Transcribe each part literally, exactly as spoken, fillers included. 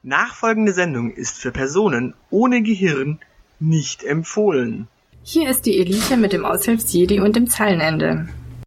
Nachfolgende Sendung ist für Personen ohne Gehirn nicht empfohlen. Hier ist die Elite mit dem Aushilfsjedi und dem Zeilenende.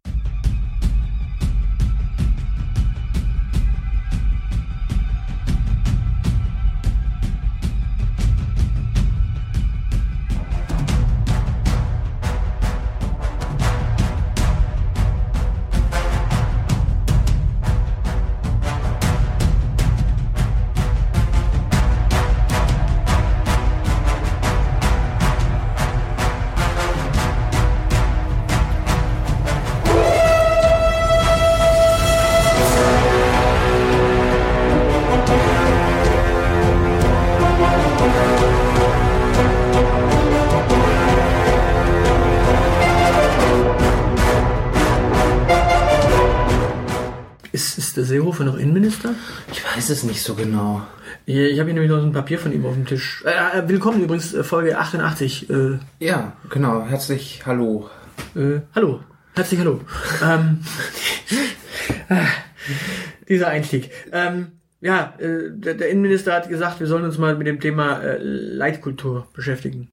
Ist der Seehofer noch Innenminister? Ich weiß es nicht so genau. Ich habe hier nämlich noch so ein Papier von ihm auf dem Tisch. Äh, willkommen übrigens, Folge achtundachtzig. Äh, ja, genau. Herzlich hallo. Äh, hallo. Herzlich hallo. ähm, äh, dieser Einstieg. Ähm, ja, äh, der, der Innenminister hat gesagt, wir sollen uns mal mit dem Thema äh, Leitkultur beschäftigen.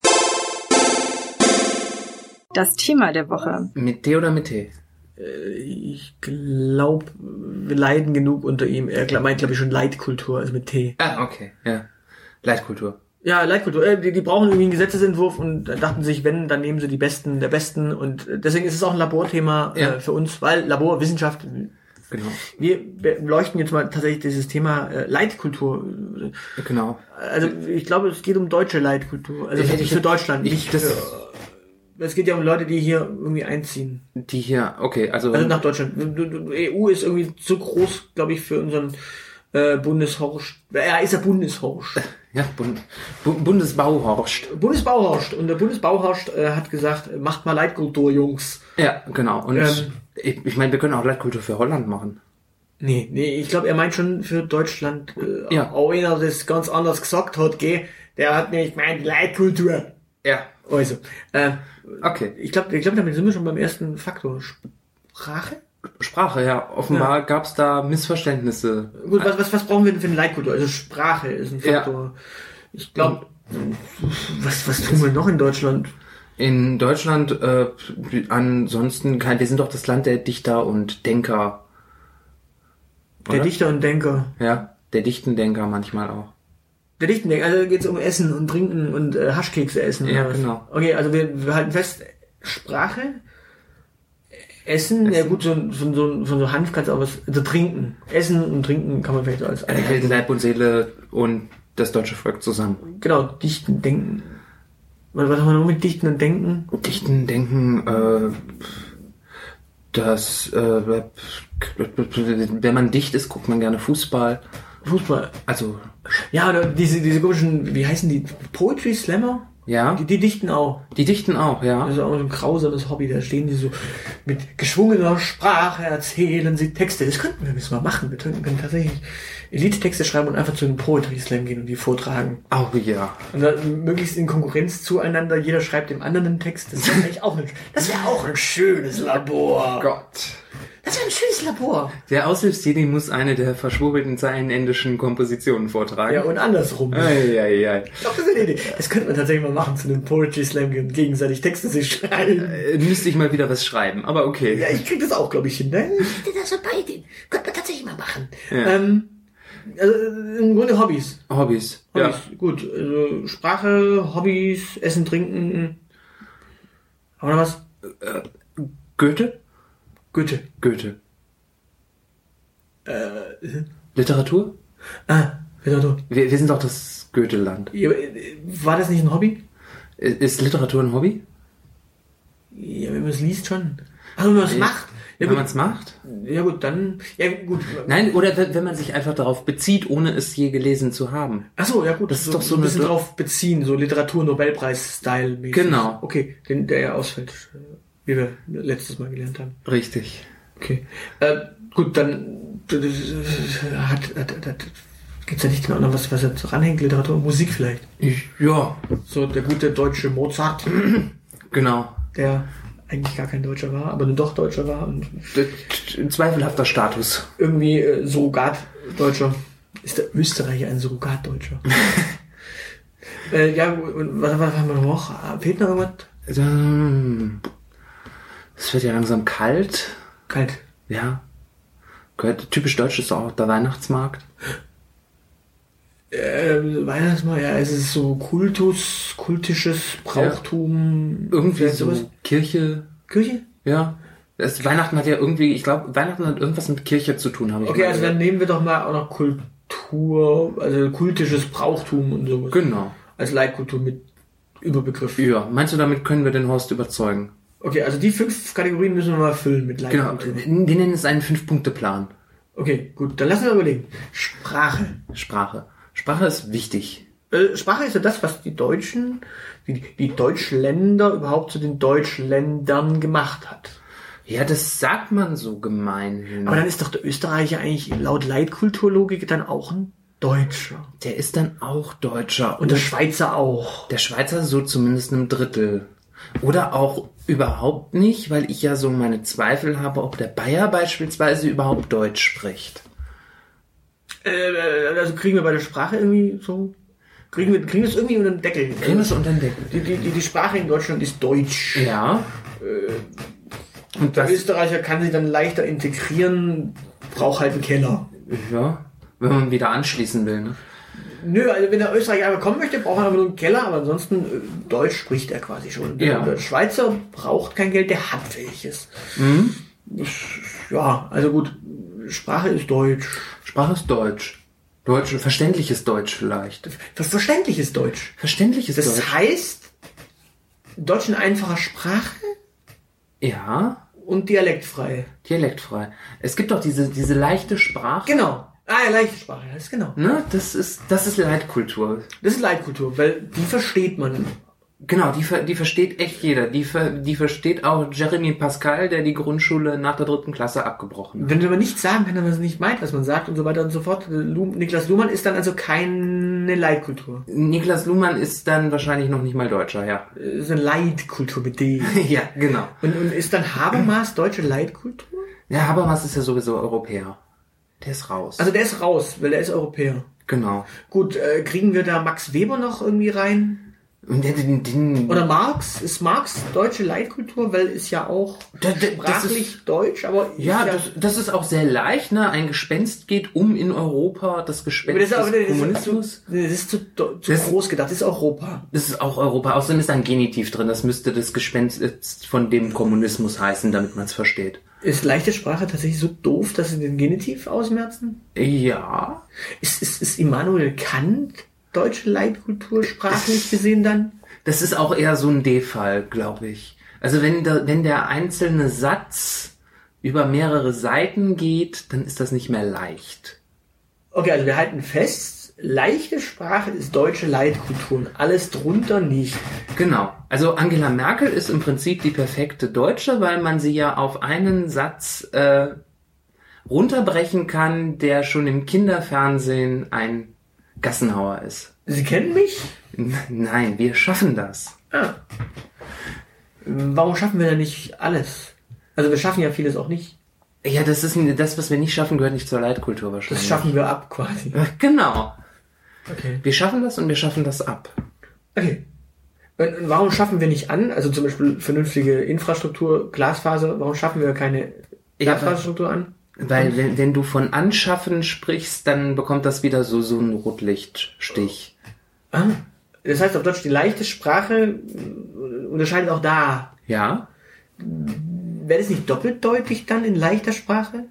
Das Thema der Woche. Mit T oder mit T? Ich glaube, wir leiden genug unter ihm. Er meint, glaube ich, schon Leitkultur, also mit T. Ah, okay, ja. Leitkultur. Ja, Leitkultur. Die, die brauchen irgendwie einen Gesetzesentwurf und dachten sich, wenn, dann nehmen sie die Besten der Besten. Und deswegen ist es auch ein Laborthema ja. äh, für uns, weil Labor, Wissenschaft. Genau. Wir beleuchten jetzt mal tatsächlich dieses Thema äh, Leitkultur. Genau. Also ich glaube, es geht um deutsche Leitkultur. Also für, für Deutschland, ich, nicht das für... Es geht ja um Leute, die hier irgendwie einziehen. Die hier, okay, also... Also nach Deutschland. E U ist irgendwie zu groß, glaube ich, für unseren äh, Bundeshorst. Er ist ja Bundeshorst. Ja, Bund, Bu- Bundesbauhorst. Bundesbauhorst. Und der Bundesbauhorst äh, hat gesagt, macht mal Leitkultur, Jungs. Ja, genau. Und ähm, ich, ich meine, wir können auch Leitkultur für Holland machen. Nee, nee, ich glaube, er meint schon für Deutschland. Äh, ja. Auch einer, der das ganz anders gesagt hat, gell? Der hat nämlich gemeint, Leitkultur. Ja. Also, äh, okay. Ich glaube, ich glaub, damit sind wir schon beim ersten Faktor. Sprache? Sprache, ja. Offenbar ja. gab es da Missverständnisse. Gut, was, was, was brauchen wir denn für eine Leitkultur? Also Sprache ist ein Faktor. Ja. Ich glaube, was, was tun wir noch in Deutschland? In Deutschland, äh, ansonsten, kein, wir sind doch das Land der Dichter und Denker. Oder? Der Dichter und Denker. Ja, der dichten Denker manchmal auch. Der dichten Denker, also geht's um Essen und Trinken und äh, Haschkekse essen. Ja, genau. Okay, also wir, wir halten fest, Sprache, Essen, Essen. Ja gut, so, so, so, so, so Hanf kannst du auch was, also trinken. Essen und Trinken kann man vielleicht als... Äh, hält Leib und Seele und das deutsche Volk zusammen. Genau, Dichten, Denken. Was, was haben wir noch mit Dichten und Denken? Dichten, Denken, äh, das, äh, wenn man dicht ist, guckt man gerne Fußball. Fußball. Also... Ja, oder diese, diese komischen, wie heißen die? Poetry Slammer? Ja. Die, die dichten auch. Die dichten auch, ja. Das ist auch so ein grausames Hobby. Da stehen die so mit geschwungener Sprache erzählen sie Texte. Das könnten wir jetzt mal machen. Wir können tatsächlich Elite-Texte schreiben und einfach zu einem Poetry Slam gehen und die vortragen. Oh ja. Und dann möglichst in Konkurrenz zueinander. Jeder schreibt dem anderen einen Text. Das wäre eigentlich auch ein, das wäre auch ein schönes Labor. Oh Gott. Das wäre ein schönes Labor. Der Aushilfsjedi muss eine der verschwurbelten zeilenendischen Kompositionen vortragen. Ja, und andersrum. Ei, ei, ei. Ich glaube, das ist eine Idee. Das könnte man tatsächlich mal machen, zu einem Poetry Slam gehen und gegenseitig Texte sich schreiben. Äh, müsste ich mal wieder was schreiben, aber okay. Ja, ich krieg das auch, glaube ich, hin. Ne? Ich hätte das so bei denen. Könnte man tatsächlich mal machen. Ja. Ähm, also im Grunde Hobbys. Hobbys. Hobbys, ja. Gut. Also Sprache, Hobbys, Essen, Trinken. Haben wir noch was? Äh, Goethe? Goethe. Goethe. Äh, Literatur? Ah, Literatur. Wir, wir sind doch das Goethe-Land. Ja, war das nicht ein Hobby? Ist Literatur ein Hobby? Ja, wenn man es liest schon. Ach, wenn man es macht. Ja, wenn man es macht? Ja gut, dann... Ja gut. Nein, oder wenn man sich einfach darauf bezieht, ohne es je gelesen zu haben. Ach so, ja gut. Das ist so, doch so ein bisschen eine... drauf beziehen, so Literatur-Nobelpreis-Style-mäßig. Genau. Okay, den, der ja ausfällt, wie wir letztes Mal gelernt haben. Richtig. Okay. Äh, gut, dann hat, hat, hat, gibt's da nicht noch was, was da dranhängt? Literatur und Musik vielleicht? Ich, ja. So der gute deutsche Mozart. Genau. Der eigentlich gar kein Deutscher war, aber doch Deutscher war. Und ein zweifelhafter Status. Irgendwie äh, Surrogat-Deutscher. Ist der Österreicher ein Surrogatdeutscher? äh, ja, und was, was haben wir noch? Fehlt noch irgendwas? Ähm, Es wird ja langsam kalt. Kalt. Ja. Gehört, typisch deutsch ist auch der Weihnachtsmarkt. Äh, Weihnachtsmarkt, ja, es ist so Kultus, kultisches Brauchtum. Ja. Irgendwie vielleicht so sowas. Kirche. Kirche? Ja. Das Weihnachten hat ja irgendwie, ich glaube, Weihnachten hat irgendwas mit Kirche zu tun, habe ich Okay, mal also gehört. dann nehmen wir doch mal auch noch Kultur, also kultisches Brauchtum und sowas. Genau. Als Leitkultur mit Überbegriff. Ja. Meinst du, damit können wir den Horst überzeugen? Okay, also die fünf Kategorien müssen wir mal füllen mit Genau. Leitkultur. Wir nennen es einen Fünf-Punkte-Plan. Okay, gut, dann lassen wir überlegen. Sprache. Sprache. Sprache ist wichtig. Äh, Sprache ist ja das, was die Deutschen, die, die Deutschländer überhaupt zu den Deutschländern gemacht hat. Ja, das sagt man so gemeinhin. Aber dann ist doch der Österreicher eigentlich laut Leitkulturlogik dann auch ein Deutscher. Der ist dann auch Deutscher. Und der Schweizer auch. Der Schweizer so zumindest einem Drittel. Oder auch überhaupt nicht, weil ich ja so meine Zweifel habe, ob der Bayer beispielsweise überhaupt Deutsch spricht. Äh, also kriegen wir bei der Sprache irgendwie so... Kriegen wir, kriegen wir es irgendwie unter den Deckel. Kriegen wir es unter den Deckel? Die, die, die, die Sprache in Deutschland ist Deutsch. Ja. Und Der das, Österreicher kann sich dann leichter integrieren, braucht halt einen Keller. ja, wenn man wieder anschließen will, ne? Nö, also wenn der Österreicher einfach kommen möchte, braucht er aber nur einen Keller, aber ansonsten äh, Deutsch spricht er quasi schon. Der, Ja. der Schweizer braucht kein Geld, der hat welches. Mhm. Ja, also gut, Sprache ist Deutsch. Sprache ist Deutsch. Deutsch, verständliches Deutsch vielleicht. Das verständliches Deutsch. Verständliches Das Deutsch. heißt, Deutsch in einfacher Sprache Ja, und dialektfrei. dialektfrei. Es gibt doch diese, diese leichte Sprache. Genau. Ah, ja, leichte Sprache, das ist genau. Ne? Das ist, das ist Leitkultur. Das ist Leitkultur, weil die versteht man. Genau, die, ver- die versteht echt jeder. Die, ver- die versteht auch Jeremy Pascal, der die Grundschule nach der dritten Klasse abgebrochen hat. Wenn man nicht sagen kann, dass man es nicht meint, was man sagt und so weiter und so fort. Lu- Niklas Luhmann ist dann also keine Leitkultur. Niklas Luhmann ist dann wahrscheinlich noch nicht mal Deutscher, ja. Das ist eine Leitkultur mit D. Ja, genau. Und, und ist dann Habermas deutsche Leitkultur? Ja, Habermas ist ja sowieso Europäer. Der ist raus. Also der ist raus, weil der ist Europäer. genau. Gut, äh, kriegen wir da Max Weber noch irgendwie rein? Und den, den, den Oder Marx? Ist Marx deutsche Leitkultur? Weil ist ja auch Da- da- das sprachlich deutsch, aber ist ja, ja das, das ist auch sehr leicht, ne? Ein Gespenst geht um in Europa, das aber Gespenst das ist, aber des das ist, Kommunismus. zu, das ist zu, zu Das- groß gedacht. Das ist Europa. Das ist auch Europa. Außerdem ist ein Genitiv drin. Das müsste das Gespenst jetzt von dem Kommunismus heißen, damit man es versteht. Ist leichte Sprache tatsächlich so doof, dass sie den Genitiv ausmerzen? Ja. Ist, ist, ist Immanuel Kant deutsche Leitkultur sprachlich gesehen dann? Das ist auch eher so ein D-Fall, glaube ich. Also wenn der, wenn der einzelne Satz über mehrere Seiten geht, dann ist das nicht mehr leicht. Okay, also wir halten fest, leichte Sprache ist deutsche Leitkultur und alles drunter nicht. Genau. Also Angela Merkel ist im Prinzip die perfekte Deutsche, weil man sie ja auf einen Satz äh, runterbrechen kann, der schon im Kinderfernsehen ein Gassenhauer ist. Sie kennen mich? N- Nein, wir schaffen das. Ah. Warum schaffen wir denn nicht alles? Also wir schaffen ja vieles auch nicht. Ja, das ist n- das, was wir nicht schaffen, gehört nicht zur Leitkultur wahrscheinlich. Das schaffen wir ab quasi. Genau. Okay. Wir schaffen das und wir schaffen das ab. Okay. Und und warum schaffen wir nicht an? Also zum Beispiel vernünftige Infrastruktur, Glasfaser, warum schaffen wir keine Ja, Glasfaserstruktur an? Weil wenn, wenn du von Anschaffen sprichst, dann bekommt das wieder so, so einen Rotlichtstich. Ah. Das heißt auf Deutsch, die leichte Sprache äh, unterscheidet auch da. Ja? Wäre das nicht doppeldeutig dann in leichter Sprache?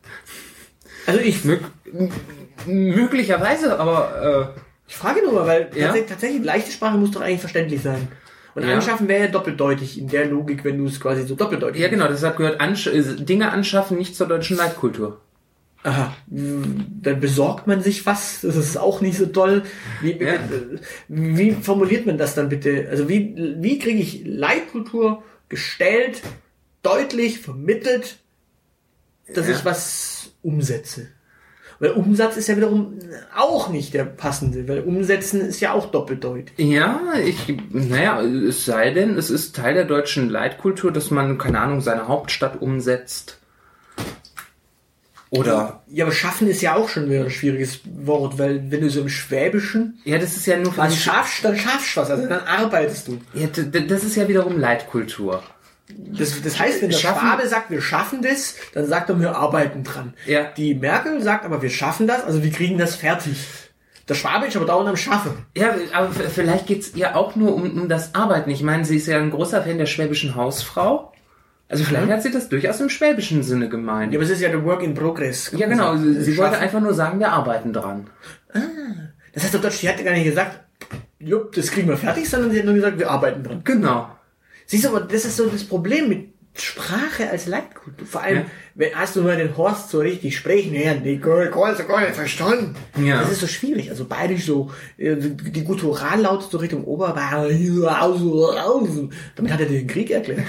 Also ich, Mö m- möglicherweise, aber ich frage nur mal, weil Ja? tatsächlich, tatsächlich leichte Sprache muss doch eigentlich verständlich sein. Und Ja. anschaffen wäre ja doppeldeutig in der Logik, wenn du es quasi so doppeldeutig äh, ja genau, deshalb gehört Ansch äh, Dinge anschaffen nicht zur deutschen Leitkultur. Aha, dann besorgt man sich was, das ist auch nicht so toll. Wie, Ja. äh, wie formuliert man das dann bitte? Also wie, wie kriege ich Leitkultur gestellt, deutlich vermittelt, dass Ja. ich was umsetze? Weil Umsatz ist ja wiederum auch nicht der passende, weil umsetzen ist ja auch doppeldeutig. Ja, ich, naja, es sei denn, es ist Teil der deutschen Leitkultur, dass man, keine Ahnung, seine Hauptstadt umsetzt. Oder? Ja, aber schaffen ist ja auch schon wieder ein schwieriges Wort, weil wenn du so im Schwäbischen Ja, das ist ja nur... was schaffst, dann schaffst du was, also dann arbeitest du. Ja, d- das ist ja wiederum Leitkultur. Das, das heißt, wenn der Schaffen- Schwabe sagt, wir schaffen das, dann sagt er, wir arbeiten dran. Ja. Die Merkel sagt aber, wir schaffen das, also wir kriegen das fertig. Der Schwabe ist aber dauernd am Schaffen. Ja, aber f- vielleicht geht's ihr auch nur um, um das Arbeiten. Ich meine, sie ist ja ein großer Fan der schwäbischen Hausfrau. Also vielleicht Mhm. hat sie das durchaus im schwäbischen Sinne gemeint. Ja, aber es ist ja der Work in Progress. Ja, genau. Sie, sie wollte schaffen. einfach nur sagen, wir arbeiten dran. Das heißt auf Deutsch, die hat gar nicht gesagt, jupp, das kriegen wir fertig, sondern sie hat nur gesagt, wir arbeiten dran. Genau. Siehst du, aber das ist so das Problem mit Sprache als Leitkultur. Vor allem, Ja. wenn hast du mal den Horst so richtig sprechen hören, die kann so gar nicht verstanden. Ja. Das ist so schwierig. Also bayerisch so, äh, die Gutturallaute so Richtung Oberbayern. Damit hat er den Krieg erklärt.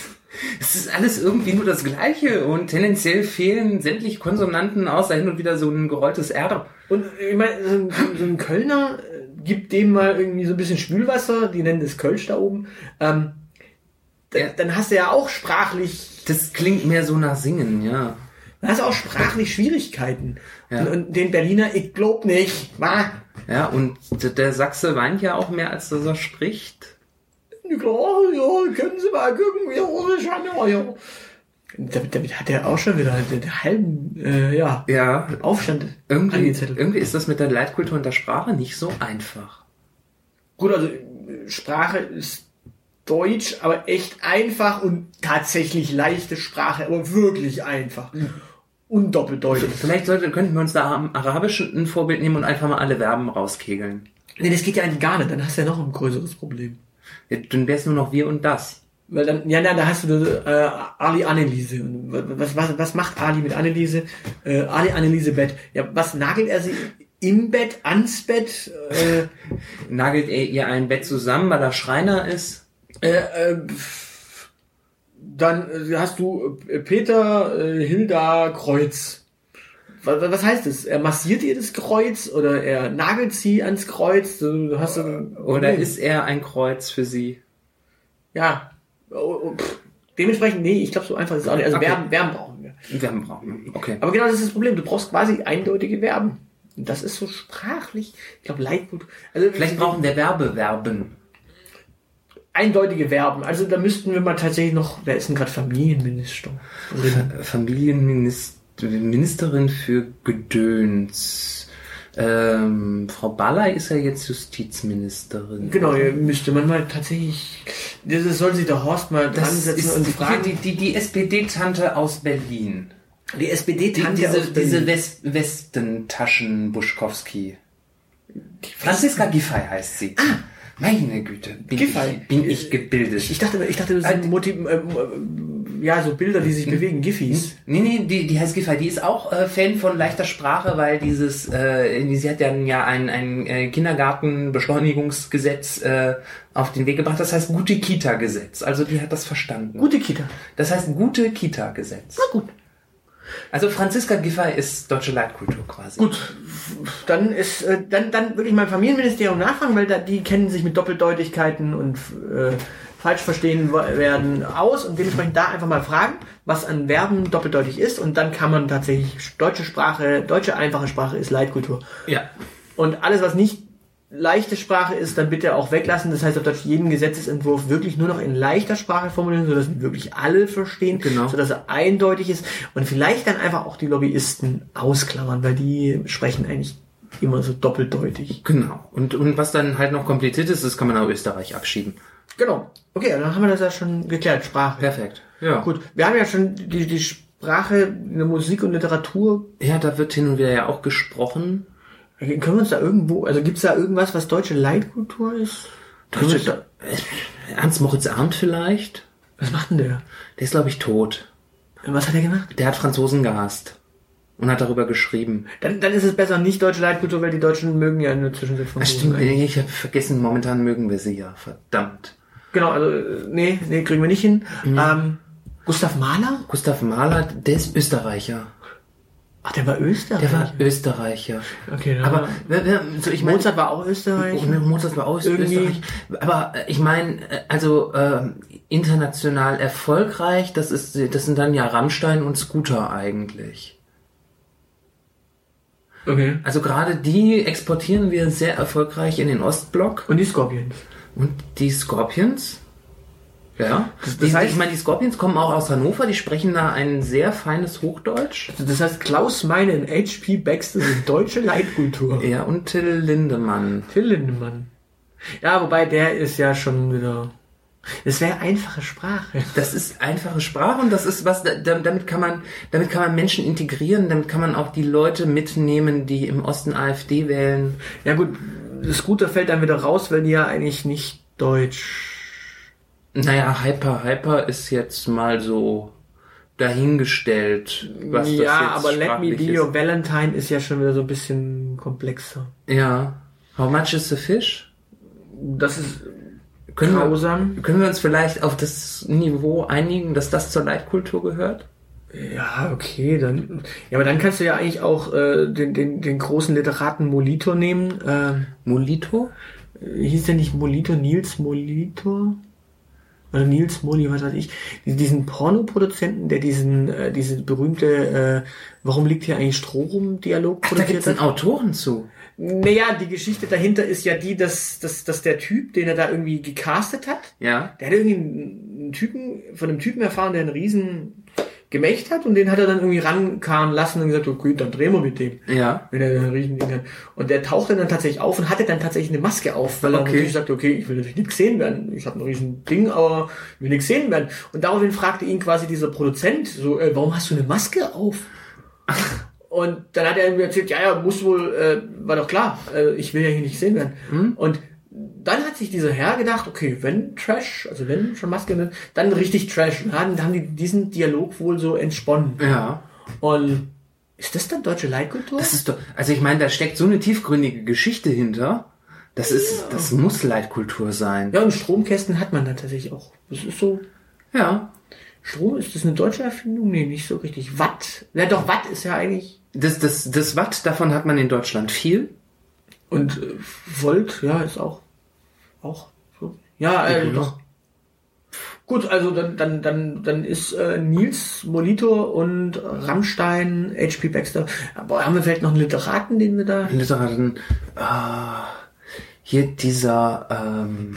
Es ist alles irgendwie nur das Gleiche und tendenziell fehlen sämtliche Konsonanten außer hin und wieder so ein gerolltes R. Und ich meine, so, ein- so ein Kölner äh, gibt dem mal irgendwie so ein bisschen Spülwasser, die nennen das Kölsch da oben. Ähm, d- Ja. Dann hast du ja auch sprachlich, Das klingt mehr so nach Singen, ja. dann hast du auch sprachlich Schwierigkeiten. Ja. Und, und den Berliner, ich glaub nicht, wa? Ja, und d- der Sachse weint ja auch mehr, als dass er spricht. Ja, ja, können Sie mal gucken, wie russisch an, ja, ja. Damit, damit hat er auch schon wieder den, den halben, äh, ja, Ja, Aufstand irgendwie, angezettelt. irgendwie ist das mit der Leitkultur und der Sprache nicht so einfach. Gut, also Sprache ist Deutsch, aber echt einfach und tatsächlich leichte Sprache, aber wirklich einfach. Und doppeldeutig. Vielleicht sollte, könnten wir uns da am Arabischen ein Vorbild nehmen und einfach mal alle Verben rauskegeln. Nee, das geht ja eigentlich gar nicht, dann hast du ja noch ein größeres Problem. Ja, dann wär's nur noch wir und das. Weil dann, ja, na, da hast du äh, Ali Anneliese. Und was, was, was macht Ali mit Anneliese? Äh, Ali Anneliese Bett. Ja, was nagelt er sie im Bett, ans Bett? Äh, Nagelt er ihr ein Bett zusammen, weil er Schreiner ist? äh, äh, dann äh, hast du äh, Peter äh, Hilda Kreuz. Was, was heißt das? Er massiert ihr das Kreuz oder er nagelt sie ans Kreuz? Du hast du, Oder ist er ein Kreuz für sie? ja. Oh, oh, pff. Dementsprechend, nee, ich glaube, so einfach ist es auch nicht. Also Okay. Verben, Verben brauchen wir. Verben brauchen wir. Okay. Aber genau das ist das Problem. Du brauchst quasi eindeutige Verben. Und das ist so sprachlich. Ich glaube, Leitkultur. Also Vielleicht brauchen wir Werbeverben. eindeutige Verben. Also da müssten wir mal tatsächlich noch. Wer ist denn gerade Familienminister? Fa- Familienministerin für Gedöns. Ähm, Frau Balley ist ja jetzt Justizministerin. Genau, hier müsste man mal tatsächlich. Das soll sich der Horst mal dran Das setzen ist und die, fragen. die, die, die S P D-Tante aus Berlin. Die S P Die, D-Tante diese aus Berlin. diese West Westentaschen Buschkowski. Franziska Giffey heißt sie. Ah, meine Güte. Bin Giffey. Ich, bin ich gebildet. Ich dachte, ich dachte, das sind Motiv, äh, äh, ja, so Bilder, die sich bewegen, Giffys. Nee, nee, die, die heißt Giffey. Die ist auch äh, Fan von leichter Sprache, weil dieses, äh, sie hat dann ja ein, ein äh, Kindergartenbeschleunigungsgesetz äh, auf den Weg gebracht. Das heißt gute Kita-Gesetz. Also die hat das verstanden. Gute Kita. Das heißt gute Kita-Gesetz. Na gut. Also Franziska Giffey ist deutsche Leitkultur quasi. Gut, dann ist, äh, dann, dann würde ich mal im Familienministerium nachfragen, weil da, die kennen sich mit Doppeldeutigkeiten und äh, falsch verstehen werden aus und dementsprechend da einfach mal fragen, was an Verben doppeldeutig ist und dann kann man tatsächlich deutsche Sprache, deutsche einfache Sprache ist Leitkultur. Ja. Und alles, was nicht leichte Sprache ist, dann bitte auch weglassen. Das heißt auf Deutsch jeden Gesetzesentwurf wirklich nur noch in leichter Sprache formulieren, sodass ihn wirklich alle verstehen, Genau. sodass er eindeutig ist und vielleicht dann einfach auch die Lobbyisten ausklammern, weil die sprechen eigentlich immer so doppeldeutig. Genau. Und, und was dann halt noch kompliziert ist, das kann man nach Österreich abschieben. Genau. Okay, dann haben wir das ja schon geklärt. Sprache. Perfekt. Ja. Gut. Wir haben ja schon die, die Sprache in der Musik und Literatur. Ja, da wird hin und wieder ja auch gesprochen. Können wir uns da irgendwo, also gibt's da irgendwas, was deutsche Leitkultur ist? Deutsche, Deutsche, Ernst Moritz Arndt vielleicht? was macht denn der? Der ist, glaube ich, tot. Was hat er gemacht? Der hat Franzosen gehasst. Und hat darüber geschrieben. Dann, dann ist es besser nicht deutsche Leitkultur, weil die Deutschen mögen ja in der Zwischenzeit von Ach, stimmt, ich habe vergessen, momentan mögen wir sie ja. Verdammt. Genau, also äh, nee, nee, kriegen wir nicht hin. Mhm. Ähm, Gustav Mahler? Gustav Mahler, der ist Österreicher. Ach, der war Österreicher. Der war Österreicher. Okay, dann Aber war- wer- wer- so, ich mein, Mozart war auch Österreicher. Mozart war aus Irgendwie- Österreich. Aber äh, ich meine, also äh, international erfolgreich, das ist, das sind dann ja Rammstein und Scooter eigentlich. Okay. Also gerade die exportieren wir sehr erfolgreich in den Ostblock. Und die Scorpions. Und die Scorpions? Ja. Das, Die, das heißt, ich meine, die Scorpions kommen auch aus Hannover, die sprechen da ein sehr feines Hochdeutsch. das heißt, Klaus Meine und H P Baxter sind deutsche Leitkultur. Ja, und Till Lindemann. Till Lindemann. Ja, wobei der ist ja schon wieder... Das wäre einfache Sprache. Das ist einfache Sprache und das ist was, da- damit kann man, damit kann man Menschen integrieren, damit kann man auch die Leute mitnehmen, die im Osten AfD wählen. Ja gut, das Scooter fällt dann wieder raus, weil die ja eigentlich nicht deutsch... Naja, Hyper, Hyper ist jetzt mal so dahingestellt, was das ja, jetzt aber Let Me sprachlich Be ist. Your Valentine ist ja schon wieder so ein bisschen komplexer. Ja. How much is the fish? Das ist Können wir, grausam. können wir uns vielleicht auf das Niveau einigen, dass das zur Leitkultur gehört? Ja, okay, dann. Ja, aber dann kannst du ja eigentlich auch äh, den, den, den großen Literaten Molitor nehmen. Ähm, Molito? hieß der nicht Molitor, Nils Molitor? Oder Nils Molli, was weiß ich. Diesen Pornoproduzenten, der diesen, äh, diese berühmte äh, Warum liegt hier eigentlich Stroh rum Dialog Ach, da gibt's produziert einen hat. Autoren zu. Naja, die Geschichte dahinter ist ja die, dass, dass, dass der Typ, den er da irgendwie gecastet hat, Ja. der hat irgendwie einen, einen Typen, von einem Typen erfahren, der einen riesen Gemächt hat und den hat er dann irgendwie rankamen lassen und gesagt, okay, dann drehen wir mit dem. Ja. Wenn er einen riesen Ding hat. Und der tauchte dann tatsächlich auf und hatte dann tatsächlich eine Maske auf, weil er Okay. natürlich sagte, okay, ich will natürlich nicht gesehen werden. Ich habe ein riesen Ding, aber ich will nicht gesehen werden. Und daraufhin fragte ihn quasi dieser Produzent so, äh, warum hast du eine Maske auf? Und dann hat er irgendwie erzählt, ja, ja, muss wohl, äh, war doch klar, äh, ich will ja hier nicht gesehen werden. Mhm. Und dann hat sich dieser Herr gedacht, okay, wenn Trash, also wenn schon Maske, dann richtig Trash. Und dann haben die diesen Dialog wohl so entsponnen. Ja. Und ist das dann deutsche Leitkultur? Das ist doch, also ich meine, da steckt so eine tiefgründige Geschichte hinter. Das ist, das muss Leitkultur sein. Ja, und Stromkästen hat man dann tatsächlich auch. Das ist so, Ja. Strom, ist das eine deutsche Erfindung? Nee, nicht so richtig. Watt? Ja doch, Watt ist ja eigentlich... Das, das, das Watt, davon hat man in Deutschland viel. Und äh, Volt, ja, ist auch... Auch so. Ja, äh, Ja. doch. Gut, also dann, dann, dann, dann ist äh, Nils Molitor und Rammstein, H P Baxter. Aber haben wir vielleicht noch einen Literaten, den wir da... Literaten, ah, hier dieser, ähm,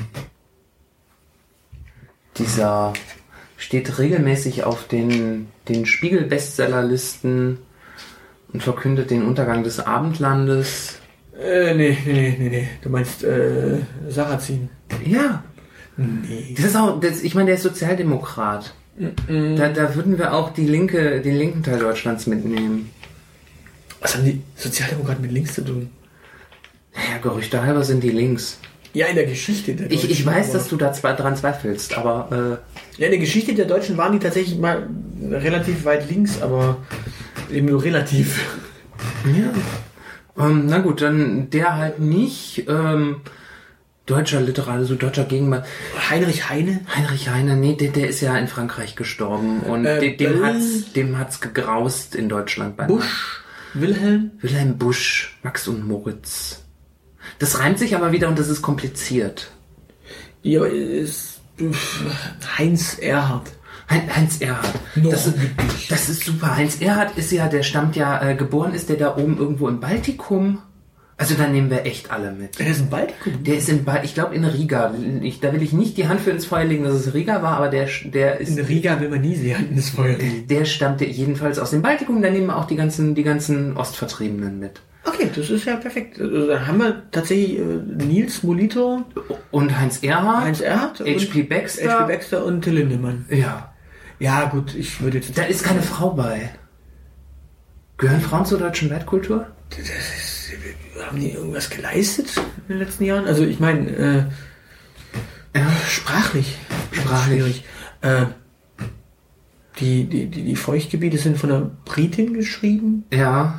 dieser steht regelmäßig auf den, den Spiegel-Bestsellerlisten und verkündet den Untergang des Abendlandes. Äh, nee, nee, nee, nee, nee. Du meinst, äh, Sarrazin. Ja, Nee. das ist auch, das, ich meine, der ist Sozialdemokrat. Da, da würden wir auch die linke, den linken Teil Deutschlands mitnehmen. Was haben die Sozialdemokraten mit links zu tun? Naja, Gerüchte halber sind die links. Ja, in der Geschichte der Ich, ich Deutschen, weiß, aber- dass du da zwar dran zweifelst, aber Ja, in der Geschichte der Deutschen waren die tatsächlich mal relativ weit links, aber eben nur relativ. äh, ja. Ähm, na gut, dann der halt nicht. Ähm, deutscher Literat, also deutscher Gegenwart. Heinrich Heine? Heinrich Heine, nee, der, der ist ja in Frankreich gestorben und Äh, de, dem Böll- hat's, dem hat's gegraust in Deutschland bei Busch? Wilhelm? Wilhelm Busch, Max und Moritz. Das reimt sich aber wieder und das ist kompliziert. Ja, ist Heinz Erhardt. Hein- Heinz Erhardt. No, Das, ist- wirklich. das ist super. Heinz Erhardt ist ja, der stammt ja, äh, geboren ist der da oben irgendwo im Baltikum. Also da nehmen wir echt alle mit. Der ist ein Baltikum. Der ist in, ba ich glaube in Riga. Ich, da will ich nicht die Hand für ins Feuer legen, dass es Riga war, aber der, der ist, In Riga will man nie sie Hand ins Feuer legen. der stammte jedenfalls aus dem Baltikum. Da nehmen wir auch die ganzen, die ganzen Ostvertriebenen mit. Okay, das ist ja perfekt. Also, da haben wir tatsächlich äh, Nils Molitor, Und Heinz Erhardt, Heinz Erhardt, H P Baxter. H P Baxter und Till Lindemann. Ja, Ja, gut, ich würde jetzt... da ist keine Frau bei. Gehören Frauen zur deutschen Leitkultur? Das ist, haben die irgendwas geleistet in den letzten Jahren? Also ich meine, äh, Ja. sprachlich. Sprachlich. Schwierig. Äh, die, die, die, die Feuchtgebiete sind von einer Britin geschrieben. Ja.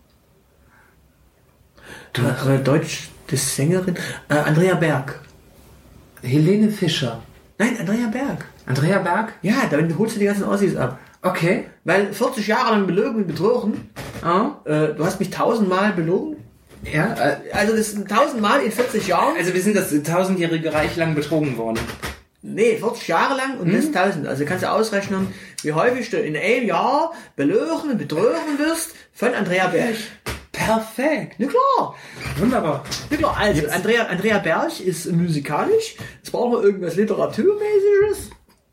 Du, Äh, Deutsch, das Sängerin. Äh, Andrea Berg. Helene Fischer. Nein, Andrea Berg. Andrea Berg? Ja, damit holst du die ganzen Ossis ab. Okay. Weil vierzig Jahre lang belogen und betrogen. Oh. Äh, du hast mich tausendmal belogen. Ja, äh, Also das sind tausendmal in vierzig Jahren. also wir sind das tausendjährige Reich lang betrogen worden. Nee, vierzig Jahre lang und das tausend. Also kannst du ausrechnen, wie häufig du in einem Jahr belogen und betrogen wirst von Andrea Berg. Perfekt. Na klar. Wunderbar. Na klar. Also, Andrea, Andrea Berg ist musikalisch. Jetzt brauchen wir irgendwas Literaturmäßiges.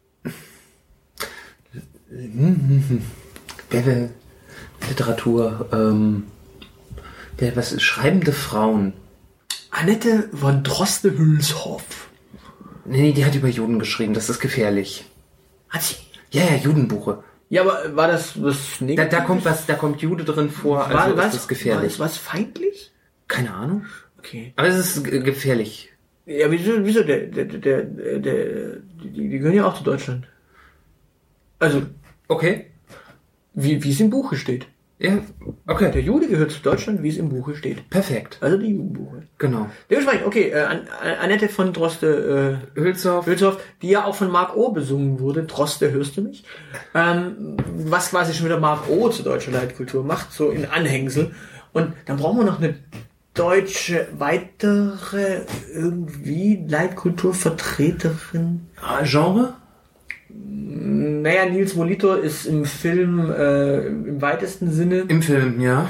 Wer will Literatur, ähm, wer, was ist, schreibende Frauen? Annette von Droste-Hülshoff. Nee, die hat über Juden geschrieben, das ist gefährlich. Hat sie? Ja, ja, Judenbuche. Ja, aber war das was Da, Negatives? da kommt was, da kommt Jude drin vor, also war, was, ist das gefährlich. War es was feindlich? Keine Ahnung. Okay. Aber es ist g- gefährlich. Ja, wieso, wieso, der, der, der, der, der die, die gehören ja auch zu Deutschland. Also, Okay. wie, wie es im Buche steht. Ja, okay. Der Jude gehört zu Deutschland, wie es im Buche steht. Perfekt. Also die Judenbuche. Genau. Dementsprechend, okay, äh, An- An- Annette von Droste, äh, Hülshoff. Hülshoff, die ja auch von Mark O. besungen wurde. Droste, hörst du mich? Ähm, was quasi schon wieder Mark O. zur deutschen Leitkultur macht, so in Anhängsel. Und dann brauchen wir noch eine deutsche weitere irgendwie Leitkulturvertreterin. Ah, Genre? Naja, Nils Molitor ist im Film äh, im weitesten Sinne. Im Film, ja.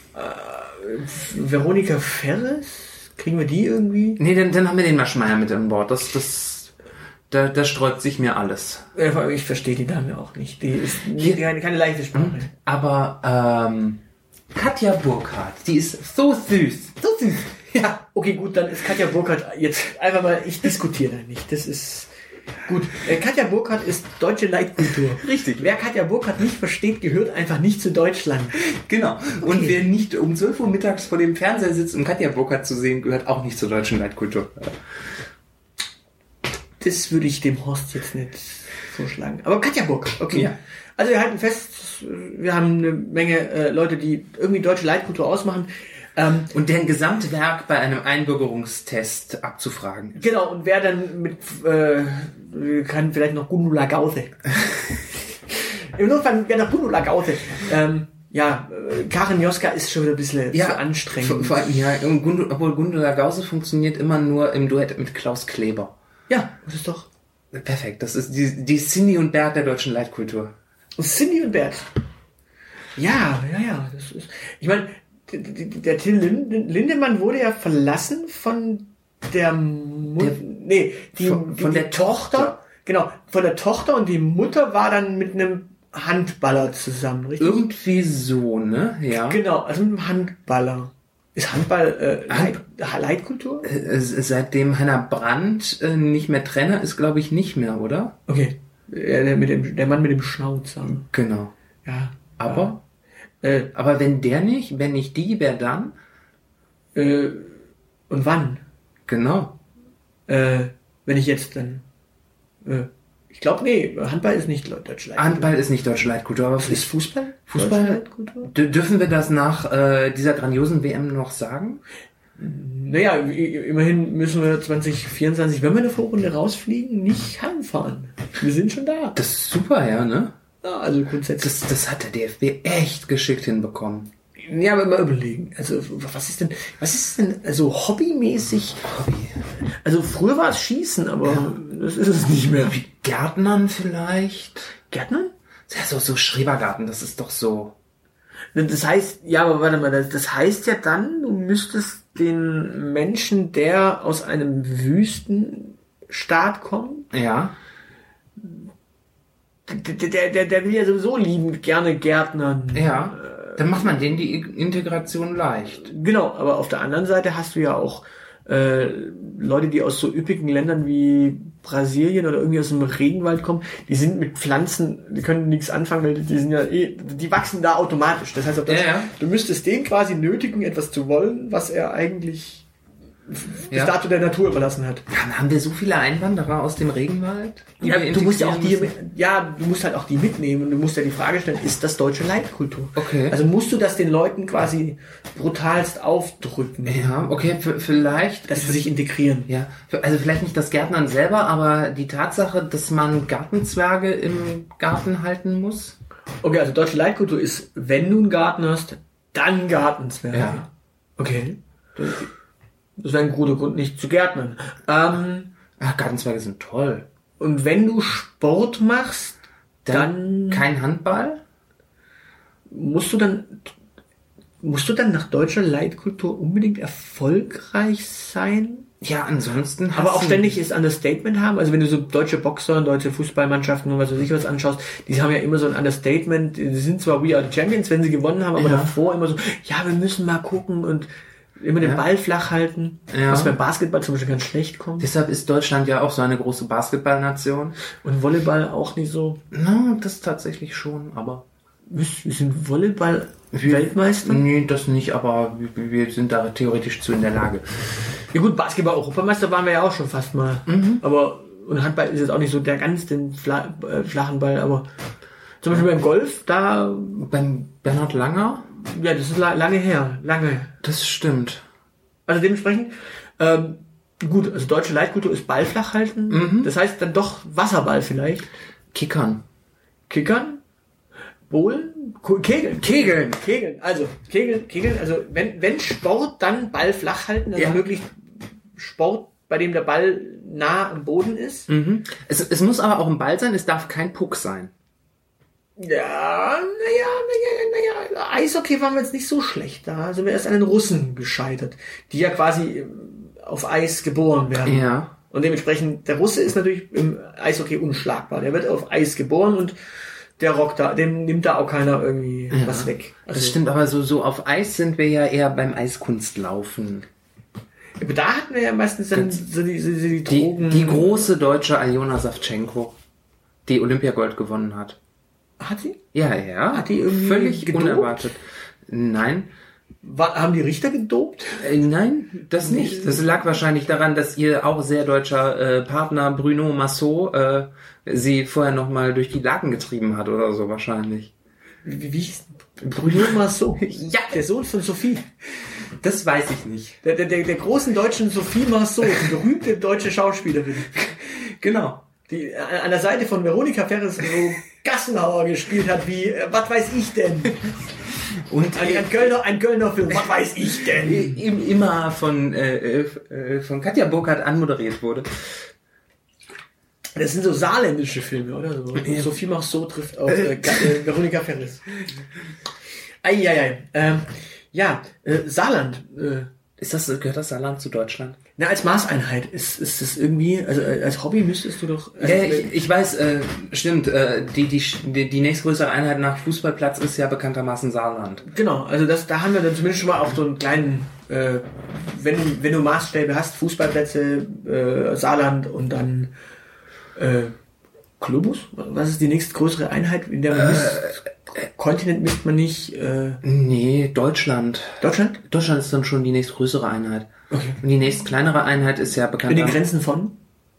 Veronika Ferres? Kriegen wir die irgendwie? Nee, dann, dann haben wir den Maschmeyer mit an Bord. Das, das, da, da sträubt sich mir alles. Äh, vor allem, Ich verstehe die Dame auch nicht. Die ist die, keine, keine leichte Sprache. Aber, ähm, Katja Burkhardt, die ist so süß. So süß. Ja, okay, gut, dann ist Katja Burkhardt jetzt einfach mal, ich diskutiere da nicht. Das ist gut. Äh, Katja Burkhardt ist deutsche Leitkultur. Richtig. Wer Katja Burkhardt nicht versteht, gehört einfach nicht zu Deutschland. Genau. Und Okay. wer nicht um zwölf Uhr mittags vor dem Fernseher sitzt, um Katja Burkhardt zu sehen, gehört auch nicht zur deutschen Leitkultur. Das würde ich dem Horst jetzt nicht vorschlagen. Aber Katja Burkhardt, okay. Ja. Also wir halten fest, wir haben eine Menge äh, Leute, die irgendwie deutsche Leitkultur ausmachen. Ähm, Und deren Gesamtwerk bei einem Einbürgerungstest abzufragen. genau, und wer dann mit, äh, kann vielleicht noch Gundula Gause. Im Notfall wer noch Gundula Gause. Ähm, ja, äh, Karin Joska ist schon wieder ein bisschen zu anstrengend. Vor, vor allem, ja, und Gund, obwohl Gundula Gause funktioniert immer nur im Duett mit Klaus Kleber. Ja, das ist doch Perfekt, das ist die, die Cindy und Bert der deutschen Leitkultur. Cindy und Bert. Ja, ja, ja. Das ist, ich meine, d- d- d- der Till Lind- Lindemann wurde ja verlassen von der Mutter. Nee, die, Von- die, von die der Tochter. Tochter. Genau, von der Tochter und die Mutter war dann mit einem Handballer zusammen, richtig? Irgendwie so, ne? Ja. Genau, also mit einem Handballer. Ist Handball äh, Hand- Leit, Leitkultur? Äh, Seitdem Hannah Brandt äh, nicht mehr Trainer ist, glaube ich, nicht mehr, oder? Okay. Ja, der, mit dem, der Mann mit dem Schnauzer. Genau. Ja. Aber, Äh, aber wenn der nicht, wenn nicht die, wer dann? äh, und wann? Genau. Äh, wenn ich jetzt dann. Äh, ich glaube, nee, Handball ist nicht deutsche Leitkultur. Handball ist nicht deutsche Leitkultur, aber Ist Fußball? Fußball? Deutsche Leitkultur? D- dürfen wir das nach äh, dieser grandiosen W M noch sagen? Naja, i- immerhin müssen wir zwanzig vierundzwanzig, wenn wir eine Vorrunde rausfliegen, nicht heimfahren. Wir sind schon da. Das ist super, ja, ne? Ja, also grundsätzlich. Das, das hat der D F B echt geschickt hinbekommen. Ja, aber mal überlegen. Also, was ist denn, was ist denn, also hobbymäßig? Hobby. Also, früher war es Schießen, aber das ist es nicht mehr. Wie Gärtnern vielleicht? Gärtner? Ja, so, so Schrebergarten, das ist doch so. Das heißt, ja, aber warte mal, das, das heißt ja dann, du müsstest den Menschen, der aus einem Wüstenstaat kommt, Ja. der, der, der, der will ja sowieso liebend gerne Gärtnern. Ja. Dann macht man denen die Integration leicht. Genau, aber auf der anderen Seite hast du ja auch äh, Leute, die aus so üppigen Ländern wie Brasilien oder irgendwie aus dem Regenwald kommen, die sind mit Pflanzen, die können nichts anfangen, weil die sind ja eh, die wachsen da automatisch. Das heißt, auf das, Ja, ja. du müsstest den quasi nötigen, etwas zu wollen, was er eigentlich bis Ja. dato der Natur überlassen hat. Dann haben wir so viele Einwanderer aus dem Regenwald. die Ja, wir du musst ja auch die, integrieren müssen. ja, du musst halt auch die mitnehmen und du musst ja die Frage stellen, ist das deutsche Leitkultur? Okay. Also musst du das den Leuten quasi brutalst aufdrücken, Ja, okay, v- vielleicht. dass sie sich integrieren. Ja, also vielleicht nicht das Gärtnern selber, aber die Tatsache, dass man Gartenzwerge im Garten halten muss. Okay, also deutsche Leitkultur ist, wenn du einen Garten hast, dann Gartenzwerge. Ja. Okay. Das, das wäre ein guter Grund, nicht zu gärtnern. Ähm, Ach, Gartenzwerge sind toll. und wenn du Sport machst, Dann, dann kein Handball? musst du dann musst du dann nach deutscher Leitkultur unbedingt erfolgreich sein? Ja, ansonsten. Aber auch hast du- ständig ist Understatement haben. Also wenn du so deutsche Boxer, deutsche Fußballmannschaften und was weiß ich was anschaust, die haben ja immer so ein Understatement. Die sind zwar We are the Champions, wenn sie gewonnen haben, aber Ja. davor immer so, ja, wir müssen mal gucken und immer den Ja. Ball flach halten. Ja. Was beim Basketball zum Beispiel ganz schlecht kommt. Deshalb ist Deutschland ja auch so eine große Basketballnation. Und Volleyball auch nicht so. No, das tatsächlich schon, aber. Wir wir sind Volleyball-Weltmeister. Nee, das nicht, aber wir, wir sind da theoretisch zu in der Lage. Ja gut, Basketball-Europameister waren wir ja auch schon fast mal. Mhm. Aber, und Handball ist jetzt auch nicht so der ganz den fla äh, flachen Ball, aber zum Beispiel beim Golf, da, Beim Bernhard Langer? ja, das ist la lange her, lange. Das stimmt. Also dementsprechend, ähm, gut, also deutsche Leitkultur ist Ball flach halten. Mhm. Das heißt dann doch Wasserball vielleicht. Kickern. Kickern, Bowlen, Ko- Kegeln. Kegeln. Kegeln. Also, Kegeln, Kegeln. Also, wenn, wenn Sport, dann Ball flach halten. Also Ja. möglichst Sport, bei dem der Ball nah am Boden ist. Mhm. Es, es muss aber auch ein Ball sein, es darf kein Puck sein. Ja, naja, naja, naja. Eishockey waren wir jetzt nicht so schlecht. Da sind wir erst an den Russen gescheitert, die ja quasi auf Eis geboren werden. Ja. Und dementsprechend, der Russe ist natürlich im Eishockey unschlagbar. Der wird auf Eis geboren und der rockt da, dem nimmt da auch keiner irgendwie Ja. was weg. Also, Das stimmt, aber so, so auf Eis sind wir ja eher beim Eiskunstlaufen. aber da hatten wir ja meistens dann so die, so die Die, Drogen. die große deutsche Aljona Savchenko, die Olympiagold gewonnen hat. Hat sie? Ja, ja. Hat die irgendwie völlig gedopt? unerwartet. Nein. War, haben die Richter gedopt? Äh, nein, das nicht. Das lag wahrscheinlich daran, dass ihr auch sehr deutscher äh, Partner Bruno Massot äh, sie vorher nochmal durch die Laken getrieben hat oder so wahrscheinlich. Wie, wie hieß Bruno Massot? Ja, der Sohn von Sophie. Das weiß ich nicht. Der, der, der, der großen deutschen Sophie Massot, die berühmte deutsche Schauspielerin. Genau. Die an an der Seite von Veronika Ferres so Gassenhauer gespielt hat, wie, äh, was weiß ich denn? Und Ein, ein Kölner, ein Kölner Film, was weiß ich denn? im, immer von, äh, äh, von Katja Burkhardt anmoderiert wurde. Das sind so saarländische Filme, oder? So, Ja. Sophie Massot trifft auf äh, Ga- äh, Veronika Ferres. Eieiei. Ähm, ja, äh, Saarland. Äh, Ist das, gehört das Saarland zu Deutschland? na, als Maßeinheit ist, ist das irgendwie, also äh, als Hobby müsstest du doch... Also, Ja, ich, ich weiß, äh, stimmt, äh, die, die, die, die nächstgrößere Einheit nach Fußballplatz ist ja bekanntermaßen Saarland. Genau, also das, da haben wir dann zumindest schon mal auch so einen kleinen, äh, wenn, wenn du Maßstäbe hast, Fußballplätze, äh, Saarland und dann äh, Globus? Was ist die nächstgrößere Einheit, in der man Äh, misst? Kontinent misst man nicht. Äh, Nee, Deutschland. Deutschland? Deutschland ist dann schon die nächstgrößere Einheit. Okay. Und die nächst kleinere Einheit ist ja In bekannt. den Grenzen von?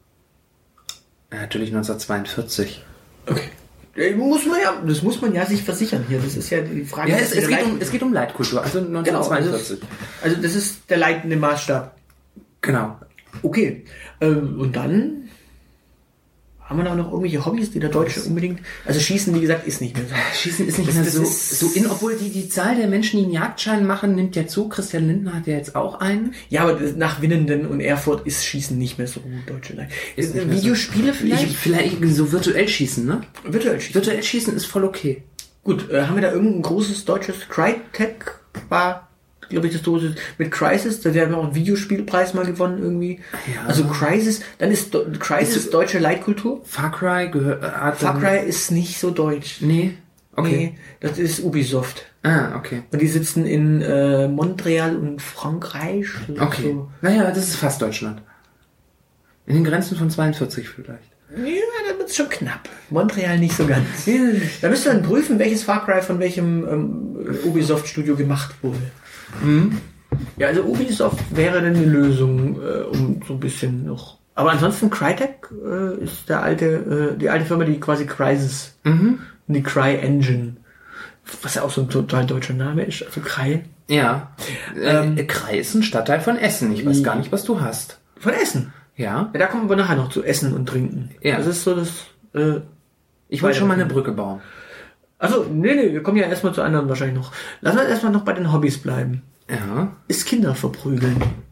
Ja, natürlich neunzehnhundertzweiundvierzig. Okay. Äh, Muss man ja, das muss man ja sich versichern hier. Das ist ja die Frage. Ja, was es, mit es, der geht Leit- um, es geht um Leitkultur, also Genau, neunzehnhundertzweiundvierzig. Also, also das ist der leitende Maßstab. Genau. Okay. Ähm, und dann haben wir da noch irgendwelche Hobbys, die der Deutsche unbedingt. Also Schießen, wie gesagt, ist nicht mehr so. Schießen ist nicht Das- mehr das so, ist- so in, obwohl die, die Zahl der Menschen, die einen Jagdschein machen, nimmt ja zu. Christian Lindner hat ja jetzt auch einen. Ja, aber das- nach Winnenden und Erfurt ist Schießen nicht mehr so gut, Deutsche Leid. Ist Äh, nicht mehr so. Videospiele vielleicht? Ich, vielleicht so virtuell schießen, ne? Virtuell Schießen. Virtuell schießen ist voll okay. Gut, äh, haben wir da irgendein großes deutsches Crytek war, glaube ich, das große mit Crysis, da haben wir auch einen Videospielpreis mal gewonnen irgendwie. Ja. Also Crysis, dann ist Do Crysis Ist- deutsche Leitkultur. Far Cry gehört, äh, hat Far dann- Cry ist nicht so deutsch. Nee. Okay. Nee, das ist Ubisoft. Ah, okay. Und die sitzen in äh, Montreal und Frankreich. Okay. So. Naja, das ist fast Deutschland. In den Grenzen von zweiundvierzig vielleicht. Ja, da wird's schon knapp. Montreal nicht so ganz. Da müsst ihr dann prüfen, welches Far Cry von welchem ähm, Ubisoft-Studio gemacht wurde. Mhm. Ja, also Ubisoft wäre dann eine Lösung, äh, um so ein bisschen noch... Aber ansonsten Crytek äh, ist der alte, äh, die alte Firma, die quasi Crysis, Mhm. die Cry-Engine, was ja auch so ein total deutscher Name ist, also Cry. Ja. Ähm, äh, Krai ist ein Stadtteil von Essen. Ich weiß gar nicht, was du hast. Von Essen. Ja. Ja, da kommen wir nachher noch zu Essen und Trinken. Ja. Das ist so das... Äh, Ich wollte schon mal eine Brücke bauen. Also, nee, nee, wir kommen ja erstmal zu anderen wahrscheinlich noch. Lass uns erstmal noch bei den Hobbys bleiben. Ja. Ist Kinder verprügeln.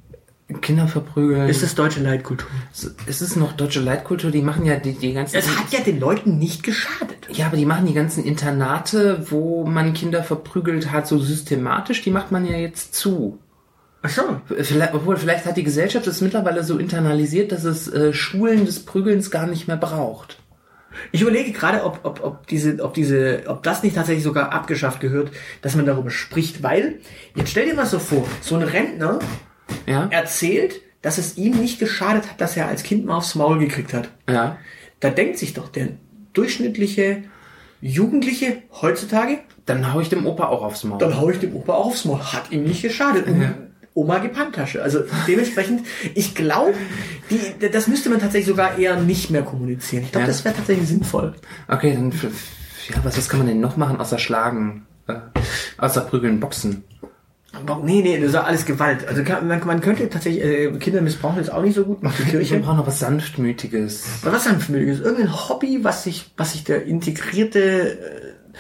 Kinder verprügeln. Ist das deutsche Leitkultur? Ist es noch deutsche Leitkultur? Die machen ja die, die ganzen... Es hat ja den Leuten nicht geschadet. Ja, aber die machen die ganzen Internate, wo man Kinder verprügelt hat, so systematisch, die macht man ja jetzt zu. Ach so. Vielleicht, obwohl, vielleicht hat die Gesellschaft es mittlerweile so internalisiert, dass es äh, Schulen des Prügelns gar nicht mehr braucht. Ich überlege gerade, ob, ob, ob diese, ob diese, ob das nicht tatsächlich sogar abgeschafft gehört, dass man darüber spricht, weil, jetzt stell dir mal so vor, so ein Rentner Ja? erzählt, dass es ihm nicht geschadet hat, dass er als Kind mal aufs Maul gekriegt hat. Ja. Da denkt sich doch der durchschnittliche Jugendliche heutzutage, Dann hau ich dem Opa auch aufs Maul. dann hau ich dem Opa auch aufs Maul. Hat ihm nicht geschadet. Und Ja. Oma gibt Handtasche. Also dementsprechend, ich glaube, die, das müsste man tatsächlich sogar eher nicht mehr kommunizieren. Ich glaube, Ja. das wäre tatsächlich sinnvoll. Okay, dann, f- f- ja, was, was kann man denn noch machen, außer schlagen, äh, außer prügeln, boxen? Aber nee, nee, das ist alles Gewalt. Also kann, man, man könnte tatsächlich, äh, Kinder missbrauchen ist auch nicht so gut, macht die Wir Kirche. brauchen noch was Sanftmütiges. Aber was sanftmütiges? Irgendein Hobby, was sich, was sich der integrierte äh,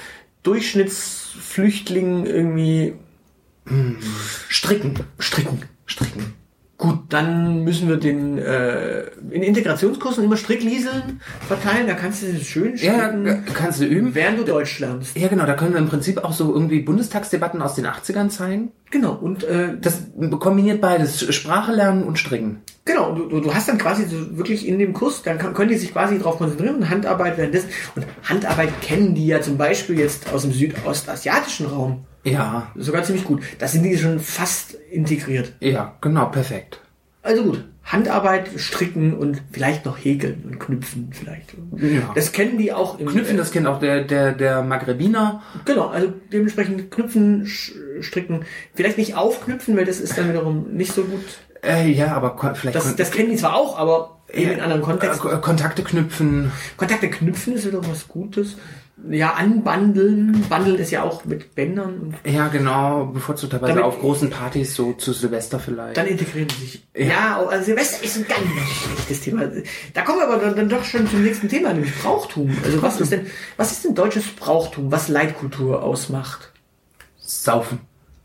Durchschnittsflüchtling irgendwie Stricken. stricken. Stricken. Gut, dann müssen wir den äh, in Integrationskursen immer Stricklieseln verteilen. Da kannst du das schön Ja, stricken, äh, kannst du üben. während du Deutsch lernst. Ja, genau, da können wir im Prinzip auch so irgendwie Bundestagsdebatten aus den achtzigern zeigen. Genau, und äh, Das kombiniert beides, Sprache lernen und Stricken. genau, du, du, du hast dann quasi so wirklich in dem Kurs, dann kann, können die sich quasi darauf konzentrieren und Handarbeit währenddessen. Und Handarbeit kennen die ja zum Beispiel jetzt aus dem südostasiatischen Raum Ja, sogar ziemlich gut. Da sind die schon fast integriert. ja, genau, perfekt. Also gut, Handarbeit, Stricken und vielleicht noch Häkeln und Knüpfen vielleicht. Ja. Das kennen die auch im Knüpfen, das kennt auch der, der, der Maghrebiner. Genau, also dementsprechend Knüpfen, Sch- Stricken, vielleicht nicht aufknüpfen, weil das ist dann wiederum nicht so gut. Äh, ja, aber ko- vielleicht Das, das kennen die zwar auch, aber eben in anderen Kontexten. Äh, Kontakte knüpfen. Kontakte knüpfen ist wiederum was Gutes. Ja, anbandeln. Bandeln ist ja auch mit Bändern. Und Ja, genau, bevorzugterweise Damit- auf großen Partys, so zu Silvester vielleicht. dann integrieren sie sich. Ja. Ja, also Silvester ist ein ganz schlechtes Thema. Da kommen wir aber dann, dann doch schon zum nächsten Thema, nämlich Brauchtum. Also was ist denn, was ist denn deutsches Brauchtum, was Leitkultur ausmacht? Saufen.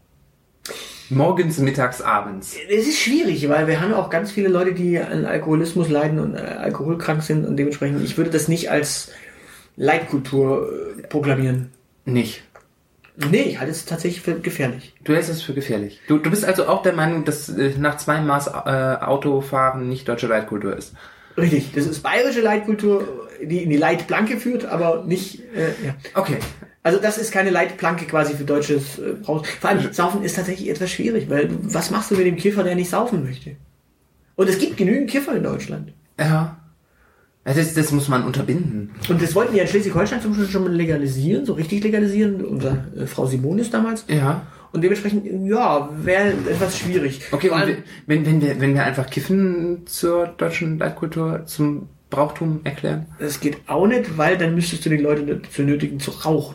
Morgens, mittags, abends. Es ist schwierig, weil wir haben auch ganz viele Leute, die an Alkoholismus leiden und äh, alkoholkrank sind und dementsprechend, ich würde das nicht als Leitkultur äh, proklamieren. Nicht. Nee, ich halte es tatsächlich für gefährlich. Du hältst es für gefährlich. Du, du bist also auch der Meinung, dass äh, nach zwei Maß äh, Autofahren nicht deutsche Leitkultur ist. Richtig, das ist bayerische Leitkultur, die in die Leitplanke führt, aber nicht, äh, ja. Okay. Also das ist keine Leitplanke quasi für deutsches äh, Brauch. Vor allem, Saufen ist tatsächlich etwas schwierig, weil du- was machst du mit dem Kiffer, der nicht saufen möchte? Und es gibt genügend Kiffer in Deutschland. Ja. Ja, Das, das muss man unterbinden. Und das wollten die in Schleswig-Holstein zum Beispiel schon mal legalisieren, so richtig legalisieren, unser äh, Frau Simonis damals. Ja. Und dementsprechend, ja, wäre etwas schwierig. Okay, Vor und allem, wir- wenn, wenn, wir, wenn wir einfach Kiffen zur deutschen Leitkultur, zum Brauchtum erklären? das geht auch nicht, weil dann müsstest du die Leute dazu nötigen zu rauchen.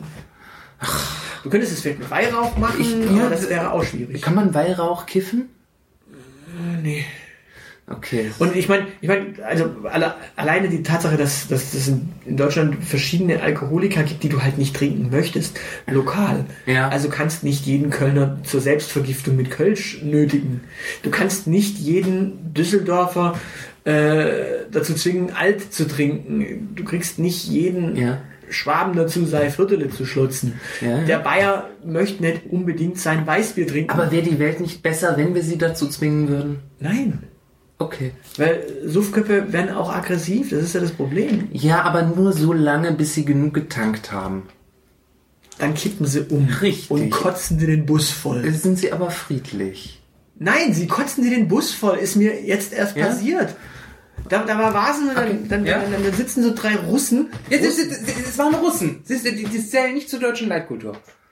Du könntest es vielleicht mit Weihrauch machen, Ich- aber ja, das wäre auch schwierig. Kann man Weihrauch kiffen? Nee. Okay. Und ich meine, ich meine, also alle, alleine die Tatsache, dass, dass es in, in Deutschland verschiedene Alkoholiker gibt, die du halt nicht trinken möchtest, lokal. Ja. Also kannst nicht jeden Kölner zur Selbstvergiftung mit Kölsch nötigen. Du kannst nicht jeden Düsseldorfer äh, dazu zwingen, alt zu trinken. Du kriegst nicht jeden Ja. Schwaben dazu, sei Viertele zu schlutzen. Ja, ja. Der Bayer möchte nicht unbedingt sein Weißbier trinken. Aber wäre die Welt nicht besser, wenn wir sie dazu zwingen würden? Nein. Okay. Weil Suffköppe werden auch aggressiv, das ist ja das Problem. Ja, aber nur so lange, bis sie genug getankt haben. Dann kippen sie um Richtig. und kotzen sie den Bus voll. Sind sie aber friedlich. Nein, sie kotzen sie den Bus voll, ist mir jetzt erst Ja? passiert. Da, da war Vasen und dann, Okay. dann, Ja. dann, dann sitzen so drei Russen. Ja, das, das, das, das waren Russen. Das, das, das zählen nicht zur deutschen Leitkultur.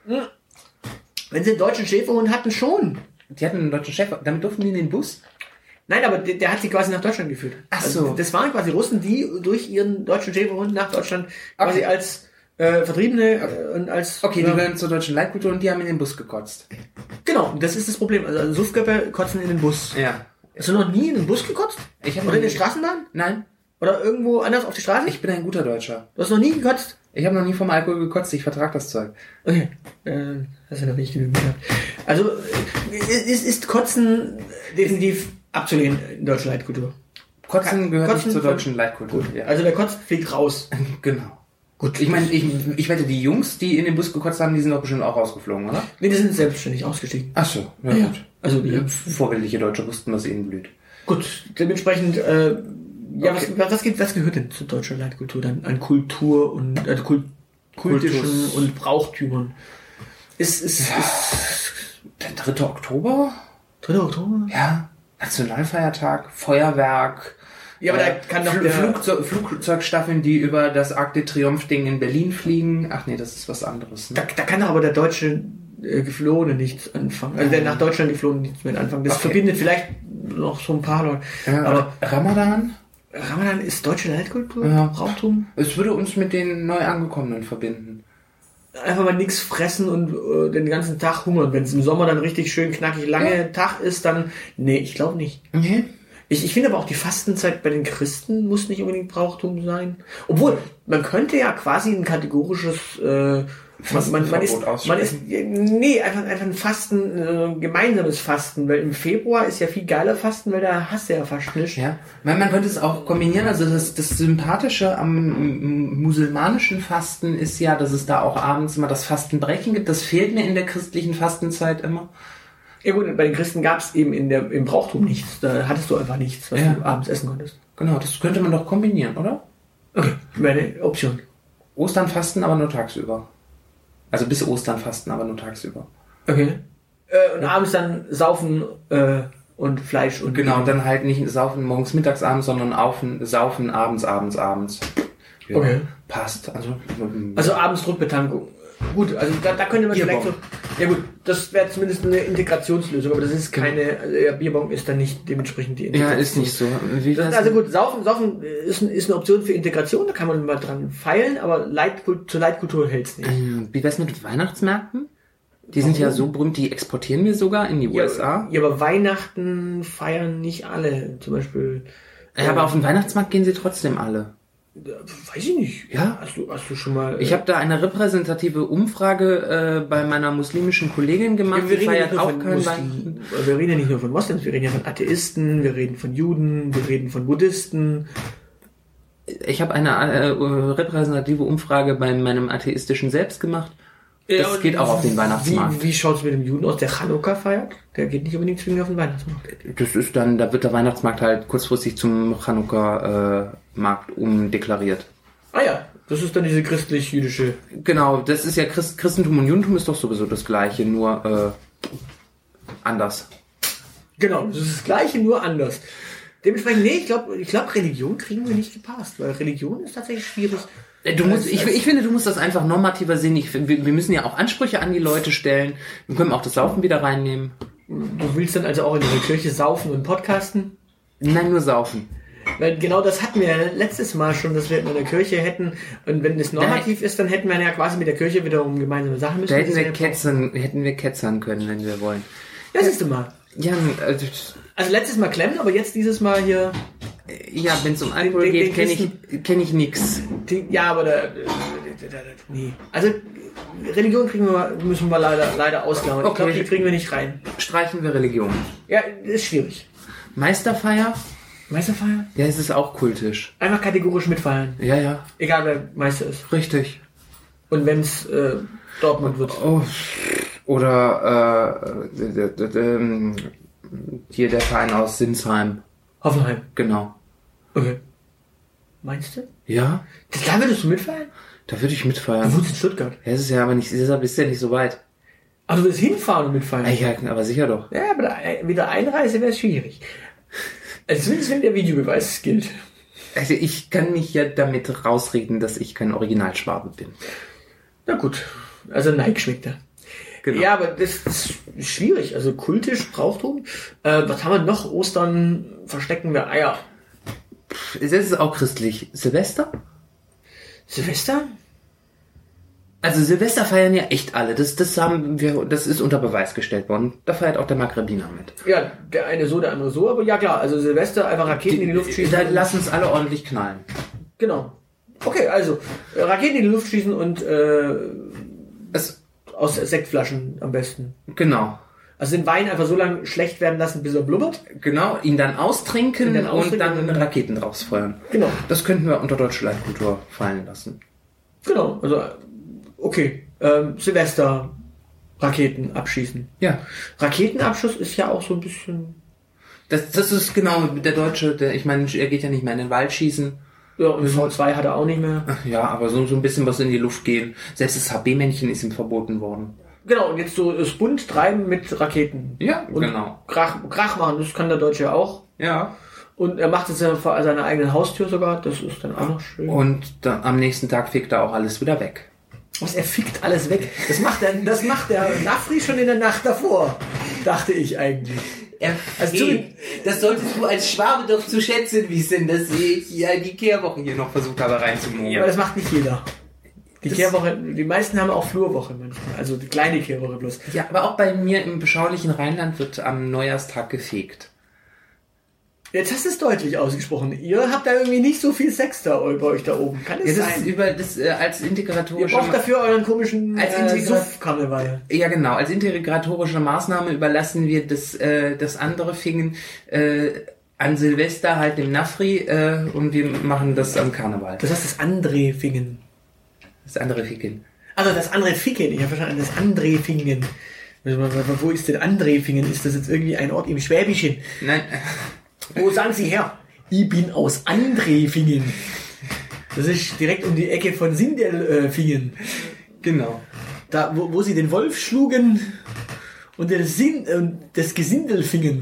Wenn sie einen deutschen Schäferhund hatten, schon. Die hatten einen deutschen Chef. Damit durften die in den Bus? Nein, aber der, der hat sie quasi nach Deutschland geführt. Ach so. Also, das waren quasi Russen, die durch ihren deutschen Schäferhund nach Deutschland quasi Okay. als äh, Vertriebene äh, und als... Okay, ja, die gehören zur deutschen Leitkultur und die haben in den Bus gekotzt. genau, das ist das Problem. Also, also Suffköppe kotzen in den Bus. Ja. Hast du noch nie in den Bus gekotzt? Ich hab Oder noch in der nie- Straßenbahn? Nein, Oder irgendwo anders auf die Straße? ich bin ein guter Deutscher. Du hast noch nie gekotzt? Ich habe noch nie vom Alkohol gekotzt, ich vertrag das Zeug. Okay, äh, hast du noch nicht genügend gehabt. Also, äh, es ist Kotzen definitiv abzulehnen in deutscher Leitkultur. Kotzen gehört Kotzen nicht zur von- deutschen Leitkultur. Ja. Also der Kotz fliegt raus. Genau. Gut. Ich meine, ich, ich wette, die Jungs, die in den Bus gekotzt haben, die sind doch bestimmt auch rausgeflogen, oder? Nee, die sind selbstständig ausgestiegen. Ach so, ja, Ja. gut. Also die, Vorbildliche Deutsche wussten, was ihnen blüht. gut, dementsprechend, äh, ja, Okay. was, was, geht, was gehört denn zur deutschen Leitkultur dann an Kultur und äh, Kult, kultischen Kultus. und Brauchtümern? Ist, ist, ist Der dritte Oktober? dritter Oktober? Ja. Nationalfeiertag, Feuerwerk. Ja, aber da äh, kann doch Fl der- Flugzeug, Flugzeugstaffeln, die über das Arc de Triomphe-Ding in Berlin fliegen. Ach nee, das ist was anderes. Ne? Da, da kann doch aber der deutsche äh, Geflohene nichts anfangen. Also der nach Deutschland Geflohene nichts mit anfangen. Das Okay. verbindet vielleicht noch so ein paar Leute. Ja, aber Ramadan? Ramadan ist deutsche Leitkultur? Ja. Brauchtum? Es würde uns mit den Neuangekommenen verbinden. Einfach mal nichts fressen und äh, den ganzen Tag hungern. Wenn es im Sommer dann richtig schön knackig lange Ja. Tag ist, dann... Nee, ich glaube nicht. Nee. Ich, ich finde aber auch, die Fastenzeit bei den Christen muss nicht unbedingt Brauchtum sein. Obwohl, man könnte ja quasi ein kategorisches... Äh, man, man, man, ist, Fastenverbot man ist... Nee, einfach, einfach ein Fasten, äh, gemeinsames Fasten. Weil im Februar ist ja viel geiler Fasten, weil da hast du ja fast nichts. Ja, man, man könnte es auch kombinieren. Also das, das Sympathische am m- musulmanischen Fasten ist ja, dass es da auch abends immer das Fastenbrechen gibt. Das fehlt mir in der christlichen Fastenzeit immer. Ja gut, bei den Christen gab es eben in der, im Brauchtum nichts. Da hattest du einfach nichts, was Ja. du abends essen konntest. Genau, das könnte man doch kombinieren, oder? Okay, meine Option. Ostern fasten, aber nur tagsüber. Also bis Ostern fasten, aber nur tagsüber. Okay. Äh, und abends dann saufen äh, und Fleisch und... Genau, und dann halt nicht saufen morgens, mittags, abends, sondern aufen, saufen abends, abends, abends. Ja, Okay. passt. Also, Also abends Druckbetankung. Gut, also da, da könnte man Bierbong. vielleicht so... Ja gut, das wäre zumindest eine Integrationslösung, aber das ist keine... Also ja, Bierbong ist dann nicht dementsprechend die ja, Integration. ist nicht so. Wie Das, war's also denn? gut, Saufen, Saufen ist, ist eine Option für Integration, da kann man mal dran feilen, aber Leitkult, zur Leitkultur hält's nicht. Äh, Wie wär's mit Weihnachtsmärkten? Die sind ja so berühmt, die exportieren wir sogar in die U S A. Ja, aber Weihnachten feiern nicht alle. Zum Beispiel. Ja, aber auf den Weihnachtsmarkt gehen sie trotzdem alle. äh, weiß ich nicht. Ja. Hast du, hast du schon mal. Ich habe da eine repräsentative Umfrage äh, bei meiner muslimischen Kollegin gemacht. Ja, wir die reden, ja feiert nicht nur auch von keinen Muslim, Weihnachten. wir reden ja nicht nur von Moslems, wir reden ja von Atheisten, wir reden von Juden, wir reden von Buddhisten. Ich habe eine äh, repräsentative Umfrage bei meinem atheistischen Selbst gemacht. Das Ja, und geht auch auf den Weihnachtsmarkt. Wie, wie schaut's mit dem Juden aus, der Chanukka feiert? Der geht nicht unbedingt zwingend auf den Weihnachtsmarkt. Das ist dann, da wird der Weihnachtsmarkt halt kurzfristig zum Chanukka-Markt umdeklariert. Ah ja, das ist dann diese christlich-jüdische. Genau, das ist ja Christ, Christentum und Judentum ist doch sowieso das Gleiche, nur äh, anders. Genau, das ist das Gleiche, nur anders. Dementsprechend, nee, ich glaube, ich glaub, Religion kriegen wir nicht gepasst, weil Religion ist tatsächlich schwierig. Du musst, Als- ich, als- ich finde, du musst das einfach normativer sehen. Ich, wir, wir müssen ja auch Ansprüche an die Leute stellen. Wir können auch das Saufen wieder reinnehmen. Du willst dann also auch in der Kirche saufen und podcasten? Nein, nur saufen. Weil genau das hatten wir ja letztes Mal schon, dass wir in der Kirche hätten, und wenn es normativ ist, dann hätten wir ja quasi mit der Kirche wiederum gemeinsame Sachen müssen. Da hätten Das wir, ist ja- ketzern, hätten wir ketzern können, wenn wir wollen. Ja, siehst du mal. Ja, also, Also letztes Mal klemmen, aber jetzt dieses Mal hier. ja wenn es um Alkohol Den- den geht, kenne Christen- ich, kenn ich nix. Die, ja, aber da, da, da, da, nee. Also Religion kriegen wir, müssen wir leider, leider ausklammern. Ich Okay. glaube, die kriegen wir nicht rein. Streichen wir Religion. Ja, ist schwierig. Meisterfeier? Meisterfeier? Ja, es ist auch kultisch. Einfach kategorisch mitfeiern. Ja, ja, Egal wer Meister ist. richtig. Und wenn es äh, Dortmund wird. Oh, oder äh, d- d- d- ähm, hier der Verein aus Sinsheim. Hoffenheim. Genau. Okay. Meinst du? Ja, Das, da würdest du mitfeiern? da würde ich Du mitfeiern. wohnst in Stuttgart. Ja, es ist ja aber nicht, deshalb ist ja nicht so weit. Aber du willst hinfahren und mitfeiern? Ja, aber sicher doch. Ja, aber da, mit der Einreise wäre es schwierig. Also zumindest wenn der Videobeweis gilt. Also ich kann mich ja damit rausreden, dass ich kein Originalschwabe bin. Na gut. Also Nike schmeckt er. Genau. Ja, aber das ist schwierig. Also kultisch, Brauchtum. Äh, was haben wir noch? Ostern verstecken wir Eier. Es ist auch christlich. Silvester? Silvester? Also Silvester feiern ja echt alle. Das, das haben wir, das ist unter Beweis gestellt worden. Da feiert auch der Maghrebiner mit. Ja, der eine so, der andere so. Aber ja klar, also Silvester einfach Raketen in die Luft schießen. Da lassen uns alle ordentlich knallen. Genau. Okay, also äh, Raketen in die Luft schießen und äh, Es, aus Sektflaschen am besten. genau. Also den Wein einfach so lange schlecht werden lassen, bis er blubbert. Genau, ihn dann austrinken, Und dann austrinken und dann und dann- Raketen draus feuern. Genau. Das könnten wir unter deutsche Leitkultur fallen lassen. Genau, also okay. Ähm, Silvester, Raketen abschießen. Ja. Raketenabschuss ist ja auch so ein bisschen... Das, das ist genau der Deutsche, der, ich meine, er geht ja nicht mehr in den Wald schießen. Ja, und V zwei hat er auch nicht mehr. Ja, aber so, so ein bisschen was in die Luft gehen. Selbst das H B-Männchen ist ihm verboten worden. Genau, und jetzt so das bunt treiben mit Raketen. Ja, Und genau. Krach, Krach machen, das kann der Deutsche ja auch. Ja. Und er macht es ja vor seiner eigenen Haustür sogar, das ist dann auch noch schön. Und dann, am nächsten Tag fickt er auch alles wieder weg. Was, er fickt alles weg? Das macht der, das macht der Nafri schon in der Nacht davor, dachte ich eigentlich. Er Also fickt. Das solltest du als Schwabe doch zu schätzen wissen, dass ich ja die Kehrwoche hier noch versucht habe reinzumogeln. Ja, aber das macht nicht jeder. Die Das- Kehrwoche, die meisten haben auch Flurwoche manchmal, also die kleine Kehrwoche bloß. Ja, aber auch bei mir im beschaulichen Rheinland wird am Neujahrstag gefegt. Jetzt hast du es deutlich ausgesprochen. Ihr habt da irgendwie nicht so viel Sex da bei euch da oben. Kann es Ja, das ist sein? über das äh, als Ihr integratorische braucht dafür euren komischen Als äh, Integra- Suff-Karneval. ja genau, als integratorische Maßnahme überlassen wir das äh, das andere Fingen äh, an Silvester halt dem Nafri äh, und wir machen das am Karneval. Das heißt das André-Fingen. Das andere Ficken. Also das andere Ficken, ich habe verstanden, das André-Fingen. Wo ist denn André-Fingen? Ist das jetzt irgendwie ein Ort im Schwäbischen? Nein, Wo sagen Sie her? Ich bin aus André-Fingen. Das ist direkt um die Ecke von Sindelfingen. genau. Da, wo, wo sie den Wolf schlugen und den Sin und das Gesindel fingen.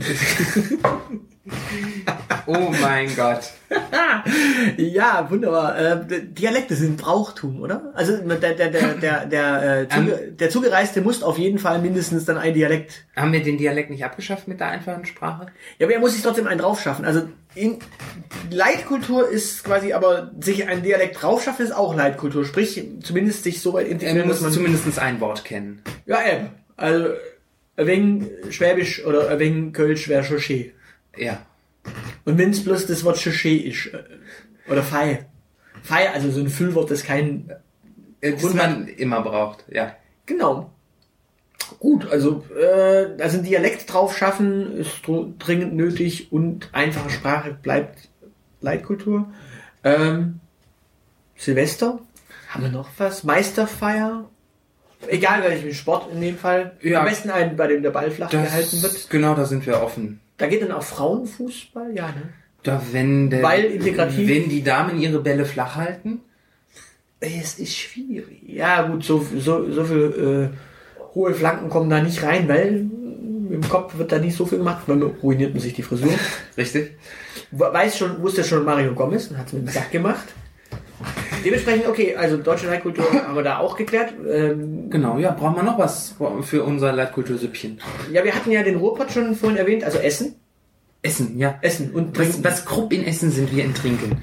Oh mein Gott. Ja, wunderbar. Äh, Dialekte sind Brauchtum, oder? Also der der der der der, äh, Zuge, der Zugereiste muss auf jeden Fall mindestens dann ein Dialekt. Haben wir den Dialekt nicht abgeschafft mit der einfachen Sprache? Ja, aber er muss sich trotzdem einen drauf schaffen. Also in Leitkultur ist quasi, aber sich einen Dialekt draufschaffen ist auch Leitkultur. Sprich, zumindest sich so weit Er integrieren, muss dass man zumindest ein Wort kennen. ja eben. Also ein wenig Schwäbisch oder ein wenig Kölsch wäre schon schön. Ja. Und wenn es bloß das Wort Chauché ist, äh, oder Fei. Fei, also so ein Füllwort, das kein... Äh, Das man immer braucht, ja. Genau. Gut, also, äh, also ein Dialekt drauf schaffen ist dr- dringend nötig und einfache Sprache bleibt Leitkultur. Ähm, Silvester, haben wir noch was? Meisterfeier? Egal welchen Sport in dem Fall. Ja. Am besten einen, bei dem der Ball flach gehalten wird. Genau, da sind wir offen. Da geht dann auch Frauenfußball, ja, ne? Da, wenn, der, Weil integrativ- wenn die Damen ihre Bälle flach halten, Es ist schwierig. Ja, gut, so, so, so viel äh, hohe Flanken kommen da nicht rein, weil im Kopf wird da nicht so viel gemacht, weil man ruiniert man sich die Frisur. richtig? Weiß schon, wusste schon Mario Gomez und hat es mit dem Sack gemacht. Dementsprechend, okay, also deutsche Leitkultur haben wir da auch geklärt. Ähm, Genau, ja, brauchen wir noch was für unser Leitkultursüppchen? ja, wir hatten ja den Ruhrpott schon vorhin erwähnt, also Essen. Essen, ja. Essen und Was, Trinken. was grob in Essen sind wir in Trinken.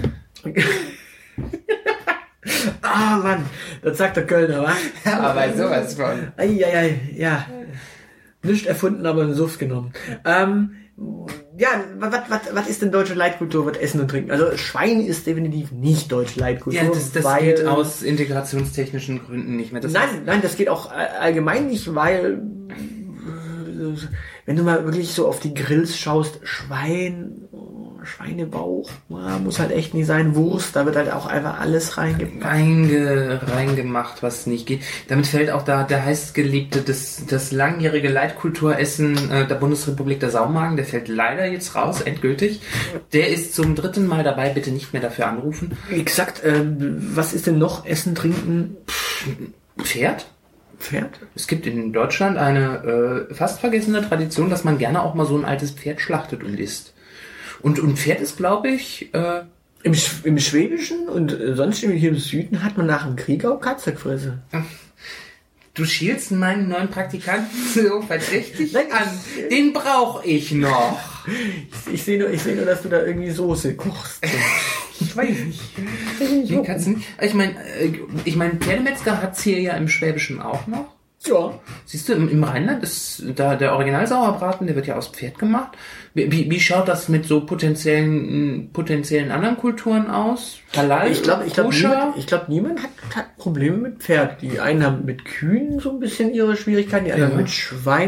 Ah, Mann, das sagt der Kölner, wa? Aber sowas von. Eieiei, ja. Nicht erfunden, aber in den Suff genommen. Ähm, ja, was, was, was ist denn deutsche Leitkultur, was Essen und Trinken? Also Schwein ist definitiv nicht deutsche Leitkultur. Ja, das, das weil, geht aus integrationstechnischen Gründen nicht mehr. Das Nein, heißt, nein, das geht auch all- allgemein nicht, weil äh, wenn du mal wirklich so auf die Grills schaust, Schwein, Schweinebauch, ja, muss halt echt nicht sein, Wurst, da wird halt auch einfach alles reingepackt. Reinge, reingemacht, was nicht geht. Damit fällt auch da der heißgeliebte, das, das langjährige Leitkulturessen äh, der Bundesrepublik der Saumagen, der fällt leider jetzt raus, endgültig. Der ist zum dritten Mal dabei, bitte nicht mehr dafür anrufen. Exakt, ähm, was ist denn noch Essen, Trinken, Pferd? Pferd? Es gibt in Deutschland eine äh, fast vergessene Tradition, dass man gerne auch mal so ein altes Pferd schlachtet und isst. Und, und Pferd ist, glaube ich, äh, Im, Sch- Im Schwäbischen und äh, sonst irgendwie hier im Süden hat man nach dem Krieg auch Katze gefressen. du schielst meinen neuen Praktikanten so verdächtig Nein, an. Den brauche ich noch. Ich, ich sehe nur, ich seh nur, dass du da irgendwie Soße kochst. Ich weiß nicht. Nee, kannst du nicht. Ich meine, ich mein, Pferdemetzger hat's hier ja im Schwäbischen auch noch. Ja. Siehst du, im, im Rheinland ist da der Originalsauerbraten, der wird ja aus Pferd gemacht. Wie, wie, wie schaut das mit so potenziellen, potenziellen anderen Kulturen aus? Halal? Ich glaube, ich glaube, Koscher? niemand, ich glaub, niemand hat, hat Probleme mit Pferd. Die einen haben mit Kühen so ein bisschen ihre Schwierigkeiten, die anderen Ja. mit Schwein.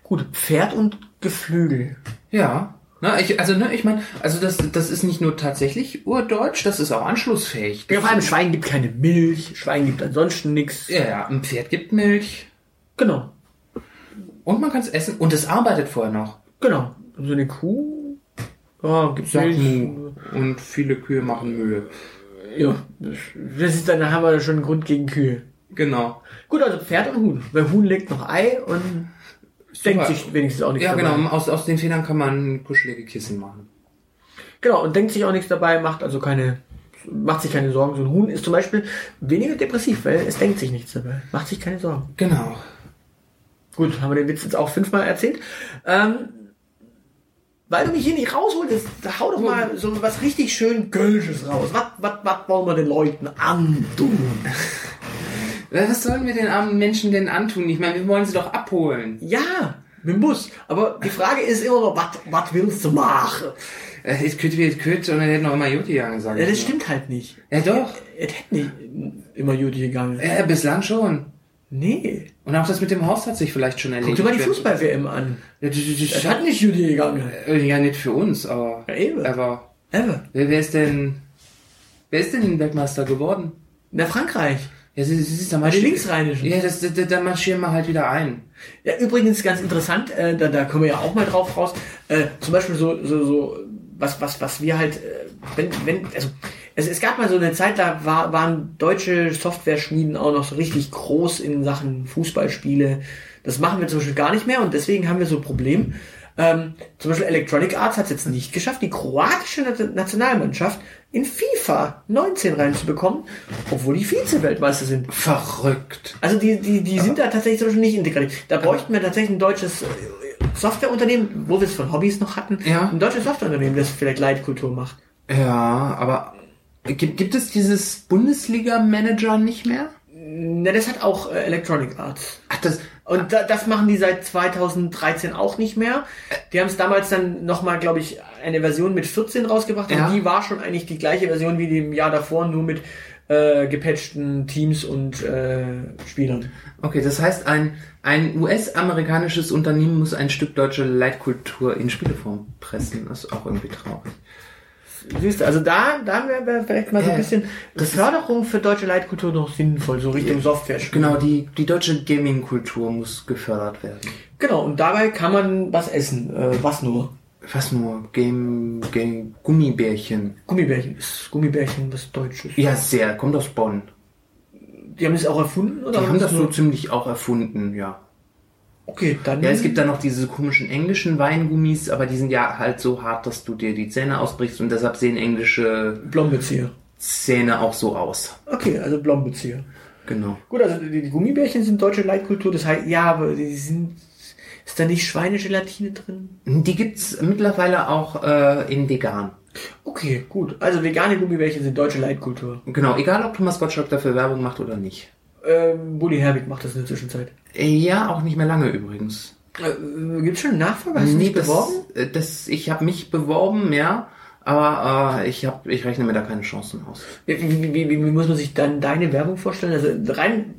Gut, Pferd und Geflügel. Ja. Na, ich, also, ne, ich meine, also das, das ist nicht nur tatsächlich urdeutsch, das ist auch anschlussfähig. Ja, vor allem Schwein gibt keine Milch, Schwein gibt ansonsten nichts. Ja, ja, ein Pferd gibt Milch. Genau. Und man kann es essen und es arbeitet vorher noch. Genau. So eine Kuh, ja, gibt's Sagt Milch. Mu. Und viele Kühe machen Mühe. Ja, das ist dann, da haben wir schon einen Grund gegen Kühe. Genau. Gut, also Pferd und Huhn. Weil Huhn legt noch Ei und denkt sich wenigstens auch nichts Ja, dabei. genau. Aus, aus den Federn kann man kuschelige Kissen machen. Genau, und denkt sich auch nichts dabei, macht also keine, macht sich keine Sorgen. So ein Huhn ist zum Beispiel weniger depressiv, weil es denkt sich nichts dabei. Macht sich keine Sorgen. Genau. Gut, haben wir den Witz jetzt auch fünfmal erzählt. Ähm, weil du mich hier nicht rausholst, hau doch mal so was richtig schön Kölsches raus. Was, was, was wollen wir den Leuten antun? Was sollen wir den armen Menschen denn antun? Ich meine, wir wollen sie doch abholen. Ja, mit dem Bus. Aber die Frage ist immer noch, was, was willst du machen? Es könnte wie es könnte und dann hätten noch immer Jutti gegangen, sag ich. Ja, das nur. stimmt halt nicht. Ja, doch. Es hätte nicht immer Judy gegangen. Ja, bislang schon. Nee. Und auch das mit dem Haus hat sich vielleicht schon erledigt. Guck dir mal die Fußball-W M an. Ja, das, das, Es das, hat nicht Judy gegangen. ja, nicht für uns, aber... Ja, eben. Aber... Ever. Wer, wer ist denn... Wer ist denn Weltmeister geworden? Na, Frankreich. Ja, sie, sie ist da Die Linksrheinischen. Ja, das, da, da marschieren wir halt wieder ein. Ja, übrigens ganz interessant, äh, da, da kommen wir ja auch mal drauf raus. Äh, zum Beispiel so, so, so, was, was, was wir halt, äh, wenn, wenn, also, es, es gab mal so eine Zeit, da war, waren deutsche Software-Schmieden auch noch so richtig groß in Sachen Fußballspiele. Das machen wir zum Beispiel gar nicht mehr und deswegen haben wir so ein Problem. Ähm, zum Beispiel Electronic Arts hat es jetzt nicht geschafft, die kroatische Nationalmannschaft in FIFA neunzehn reinzubekommen, obwohl die Vize-Weltmeister sind. Verrückt. Also die, die, die sind da tatsächlich zum Beispiel nicht integriert. Da bräuchten wir tatsächlich ein deutsches äh, Softwareunternehmen, wo wir es von Hobbys noch hatten. Ja. Ein deutsches Softwareunternehmen, das vielleicht Leitkultur macht. Ja, aber... Gibt, gibt es dieses Bundesliga-Manager nicht mehr? Na, das hat auch äh, Electronic Arts. Ach, das... Und da, das machen die seit zweitausenddreizehn auch nicht mehr. Die haben es damals dann nochmal, glaube ich, eine Version mit vierzehn rausgebracht. Ja. Und die war schon eigentlich die gleiche Version wie die im Jahr davor, nur mit äh, gepatchten Teams und äh, Spielern. Okay, das heißt, ein, ein U S-amerikanisches Unternehmen muss ein Stück deutsche Leitkultur in Spieleform pressen. Das ist auch irgendwie traurig. Siehst du, also da, da wäre wär vielleicht mal so ein Ja, bisschen das Förderung für deutsche Leitkultur noch sinnvoll, so Richtung Software. Genau, die, die deutsche Gaming-Kultur muss gefördert werden. Genau, und dabei kann man was essen. Äh, was nur? Was nur? Game, Game, Gummibärchen. Gummibärchen. Ist Gummibärchen was Deutsches? Ja, sehr. Kommt aus Bonn. Die haben das auch erfunden? Oder Die haben das so nur? ziemlich auch erfunden, ja. Okay, dann... Ja, es gibt da noch diese komischen englischen Weingummis, aber die sind ja halt so hart, dass du dir die Zähne ausbrichst und deshalb sehen englische Blombezieher. Zähne auch so aus. Okay, also Blombezieher. Genau. Gut, also die, die Gummibärchen sind deutsche Leitkultur, das heißt, ja, aber die sind... Ist da nicht Schweinegelatine drin? Die gibt's mittlerweile auch äh, in vegan. Okay, gut. Also vegane Gummibärchen sind deutsche Leitkultur. Genau, egal ob Thomas Gottschalk dafür Werbung macht oder nicht. Ähm, Bully Herbig macht das in der Zwischenzeit. Ja, auch nicht mehr lange übrigens. Äh, gibt's schon einen Nachfolger? Hast du dich das, beworben? äh, Das, ich habe mich beworben, ja, aber äh, ich, hab, ich rechne mir da keine Chancen aus. Wie, wie, wie, wie muss man sich dann deine Werbung vorstellen? Also rein,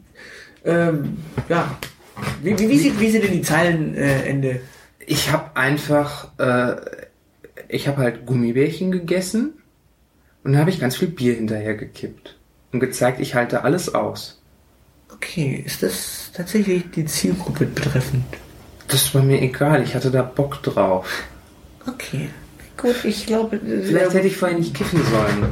ähm, ja, wie, wie, wie, sieht, wie sieht denn die Zeilenende? Äh, Ende? Ich habe einfach, äh, ich habe halt Gummibärchen gegessen und dann habe ich ganz viel Bier hinterher gekippt und gezeigt, ich halte alles aus. Okay, ist das tatsächlich die Zielgruppe betreffend? Das war mir egal, ich hatte da Bock drauf. Okay, gut, ich glaube... Vielleicht hätte ich vorher nicht kiffen sollen.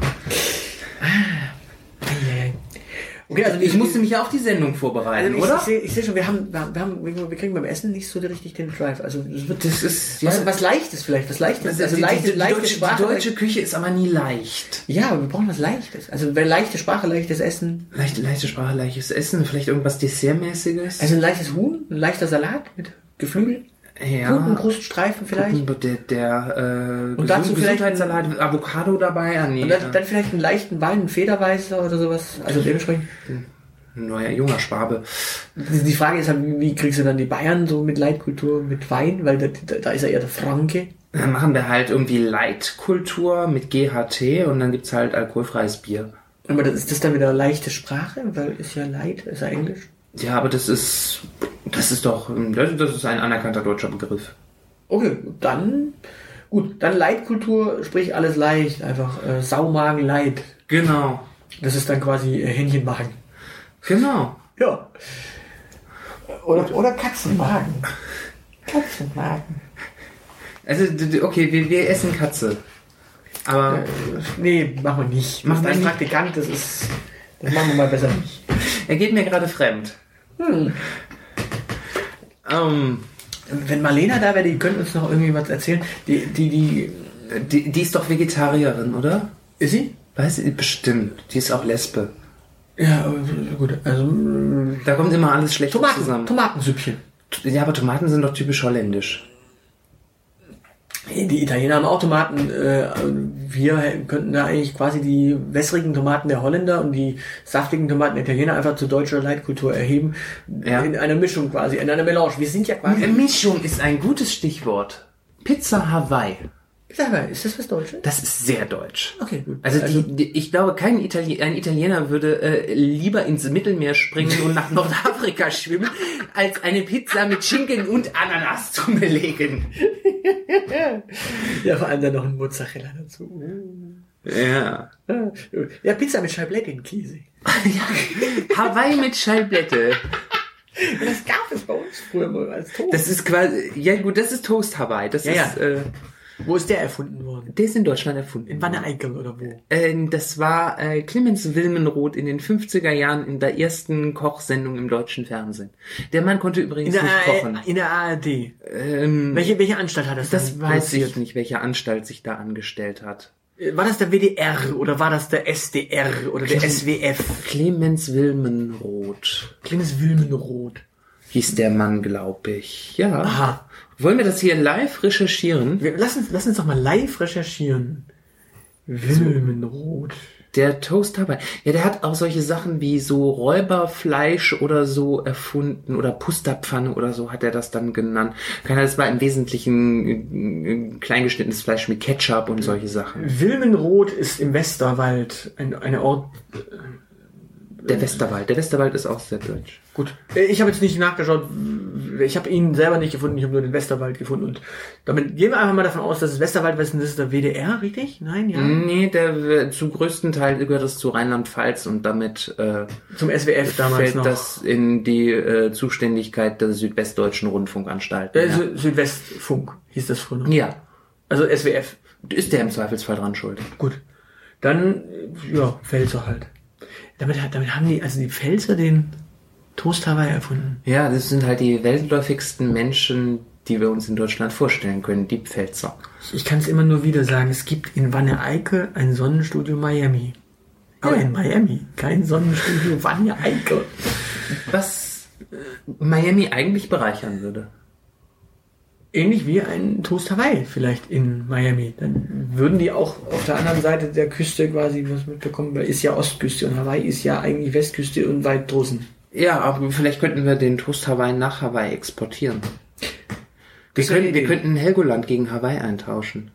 Okay, also Ich musste mich ja auf die Sendung vorbereiten, also ich, oder? Ich sehe ich seh schon, wir haben, wir haben, wir wir kriegen beim Essen nicht so richtig den Drive. Also es wird Das ist was, ja, was Leichtes vielleicht, was Leichtes. also Also die, leichte, die, die, leichte deutsche, Sprache. die deutsche Küche ist aber nie leicht. Ja, aber wir brauchen was Leichtes. Also wenn leichte Sprache, leichtes Essen. Leichte, leichte Sprache, leichtes Essen, vielleicht irgendwas Dessertmäßiges. Also ein leichtes Huhn, ein leichter Salat mit Geflügel, ja. guten Kruststreifen vielleicht. Der, der äh, Und dazu Gesund- vielleicht Gesundheitssalat, Avocado dabei. Ah, nee, Und dann, dann vielleicht einen leichten Wein, einen Federweißer oder sowas. Also dementsprechend. ein neuer junger Schwabe. Die Frage ist halt, wie kriegst du dann die Bayern so mit Leitkultur, mit Wein? Weil da, da ist ja eher der Franke. Dann machen wir halt irgendwie Leitkultur mit G H T und dann gibt's halt alkoholfreies Bier. Aber das, ist das dann wieder leichte Sprache? Weil ist ja Leit, ist ja Englisch. Ja, aber das ist Das ist doch, das, das ist ein anerkannter deutscher Begriff. Okay, dann, gut, dann Leitkultur, sprich alles leicht, einfach äh, Saumagen Leid. Genau. Das ist dann quasi äh, Händchen machen. Genau. Ja. Oder, oder Katzenmagen. Katzenmagen. Also, okay, wir, wir essen Katze. Aber. Äh, nee, machen wir nicht. Machen Das ist wir ein nicht. Praktikant, das ist. Das machen wir mal besser nicht. Er geht mir gerade fremd. Hm. Ähm, Wenn Marlena da wäre, die könnte uns noch irgendwie was erzählen. Die, die, die. die, die ist doch Vegetarierin, oder? Ist sie? Weiß ich, bestimmt. Die ist auch Lesbe. Ja, gut. Also. Da kommt immer alles schlecht Tomaten, zusammen. Tomatensüppchen. Ja, aber Tomaten sind doch typisch holländisch. Die Italiener haben auch Tomaten. äh, Wir könnten da eigentlich quasi die wässrigen Tomaten der Holländer und die saftigen Tomaten der Italiener einfach zu deutscher Leitkultur erheben. Ja. In einer Mischung quasi, in einer Melange. Wir sind ja quasi... Mischung ist ein gutes Stichwort. Pizza Hawaii. Sag mal, ist das was Deutsches? Das ist sehr deutsch. Okay, gut. Also, die, die, ich glaube, kein Itali- ein Italiener würde äh, lieber ins Mittelmeer springen und nach Nordafrika schwimmen, als eine Pizza mit Schinken und Ananas zu belegen. Ja, vor allem dann noch ein Mozzarella dazu. Uh. Ja. Ja, Pizza mit Scheiblettenkäse. ja. Hawaii mit Scheiblätte. Das gab es bei uns früher mal als Toast. Das ist quasi, ja gut, das ist Toast Hawaii. Das Ja, ist, ja. Äh, Wo ist der erfunden worden? der ist in Deutschland erfunden. In Wanne-Eickel oder wo? Äh, das war äh, Clemens Wilmenroth in den fünfziger Jahren in der ersten Kochsendung im deutschen Fernsehen. Der Mann konnte In übrigens der, nicht A- kochen. in der A R D. Ähm, Welche, welche Anstalt hat das das dann weiß produziert? ich nicht, welche Anstalt sich da angestellt hat. War das der W D R oder war das der S D R oder der S W F? Clemens Wilmenroth Kleines Wilmenroth. hieß der Mann, glaube ich. Ja. Aha. Wollen wir das hier live recherchieren? Wir, lass, uns, lass uns doch mal live recherchieren. Wilmenroth. Der Toast Hawaii. Ja, der hat auch solche Sachen wie so Räuberfleisch oder so erfunden oder Pusterpfanne oder so hat er das dann genannt. Keine Ahnung, das war im Wesentlichen äh, kleingeschnittenes Fleisch mit Ketchup und solche Sachen. Wilmenroth ist im Westerwald ein, eine Ort. Der Westerwald. Der Westerwald ist auch sehr deutsch. Gut. Ich habe jetzt nicht nachgeschaut. Ich habe ihn selber nicht gefunden. Ich habe nur den Westerwald gefunden. Und damit gehen wir einfach mal davon aus, dass es Westerwald ist. Das ist der W D R, richtig? Nein, ja. Nee, der zum größten Teil gehört es zu Rheinland-Pfalz und damit äh, Zum S W F damals fällt noch. das in die äh, Zuständigkeit der Südwestdeutschen Rundfunkanstalten. Der ja. Sü- Südwestfunk hieß das früher noch. ja, Also S W F. ist der im Zweifelsfall dran schuld. Gut. Dann, äh, ja, Pfälzer halt. Damit, hat- damit haben die, also die Pfälzer den Toast Hawaii erfunden. Ja, das sind halt die weltläufigsten Menschen, die wir uns in Deutschland vorstellen können, die Pfälzer. Ich kann es immer nur wieder sagen, es gibt in Wanne-Eickel ein Sonnenstudio Miami. Aber Ja. in Miami, kein Sonnenstudio Wanne-Eickel. Was äh, Miami eigentlich bereichern würde. Ähnlich wie ein Toast Hawaii vielleicht in Miami. Dann würden die auch auf der anderen Seite der Küste quasi was mitbekommen, weil ist ja Ostküste und Hawaii ist ja eigentlich Westküste und weit draußen. Ja, aber vielleicht könnten wir den Toast Hawaii nach Hawaii exportieren. Wir, Das wäre können, eine wir Idee. könnten Helgoland gegen Hawaii eintauschen.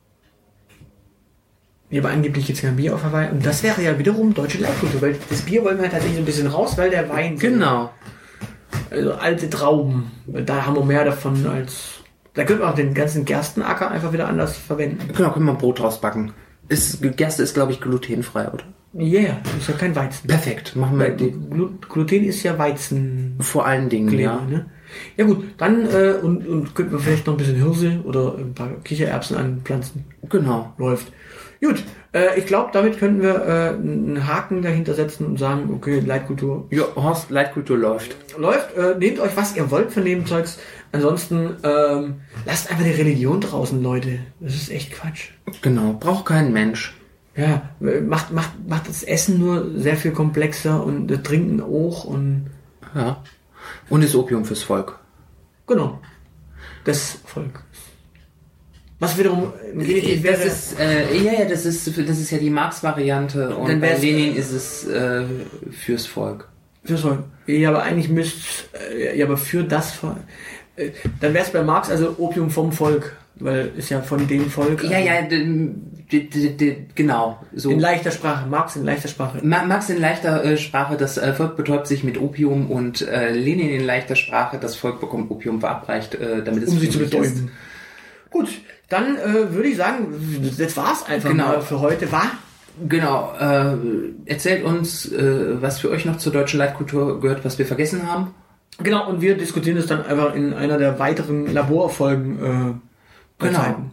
Ja, aber angeblich jetzt kein Bier auf Hawaii. Und das wäre ja wiederum deutsche Leitkultur, weil das Bier wollen wir halt tatsächlich so ein bisschen raus, weil der Wein... so- Genau. Also alte Trauben. Weil da haben wir mehr davon als... Da könnte man auch den ganzen Gerstenacker einfach wieder anders verwenden. Genau, können wir Brot draus backen. Ist, Gerste ist, glaube ich, glutenfrei, oder? Ja, yeah, ist ja kein Weizen. Perfekt, machen wir Weil die. Glu- Gluten ist ja Weizen. Vor allen Dingen, ja. Ne? Ja gut, dann äh, und, und könnten wir vielleicht noch ein bisschen Hirse oder ein paar Kichererbsen anpflanzen. Genau. Läuft. Gut, äh, ich glaube, damit könnten wir äh, einen Haken dahinter setzen und sagen, okay, Leitkultur Ja, Horst, Leitkultur läuft. läuft. Äh, nehmt euch, was ihr wollt von dem Zeugs. Ansonsten ähm, lasst einfach die Religion draußen, Leute. Das ist echt Quatsch. Genau, braucht kein Mensch. Ja, macht, macht, macht das Essen nur sehr viel komplexer und das Trinken auch und Ja. Und ist Opium fürs Volk. genau. Das Volk. Was wiederum im Genitiv wäre. Das ist, äh, ja, ja, das ist, das ist ja die Marx-Variante und Dann bei wär's- Lenin ist es äh, fürs Volk. Fürs Volk. Ja, aber eigentlich müsst äh, ja, aber für das Volk. Äh, dann wäre es bei Marx also Opium vom Volk, weil ist ja von dem Volk. Ja, ja, d- D- d- d- genau. So. In leichter Sprache, Marx in leichter Sprache. Ma- Marx in leichter äh, Sprache, das äh, Volk betäubt sich mit Opium, und äh, Lenin in leichter Sprache, das Volk bekommt Opium verabreicht, äh, damit es Um sie zu friedlich ist. betäuben. Gut, dann äh, würde ich sagen, das war's einfach Genau. mal für heute. War? Genau. Äh, erzählt uns, äh, was für euch noch zur deutschen Leitkultur gehört, was wir vergessen haben. Genau, und wir diskutieren es dann einfach in einer der weiteren Laborfolgen äh, bei Genau. Zeiten.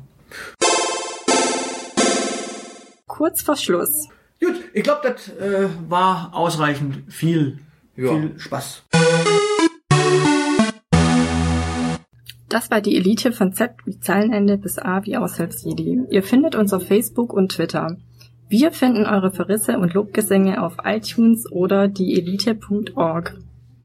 Kurz vor Schluss. Gut, ich glaube, das äh, war ausreichend viel, Ja. viel Spaß. Das war die Elite von Z wie Zeilenende bis A wie Aushilfsjedi. Ihr findet uns auf Facebook und Twitter. Wir finden eure Verrisse und Lobgesänge auf iTunes oder die elite punkt org.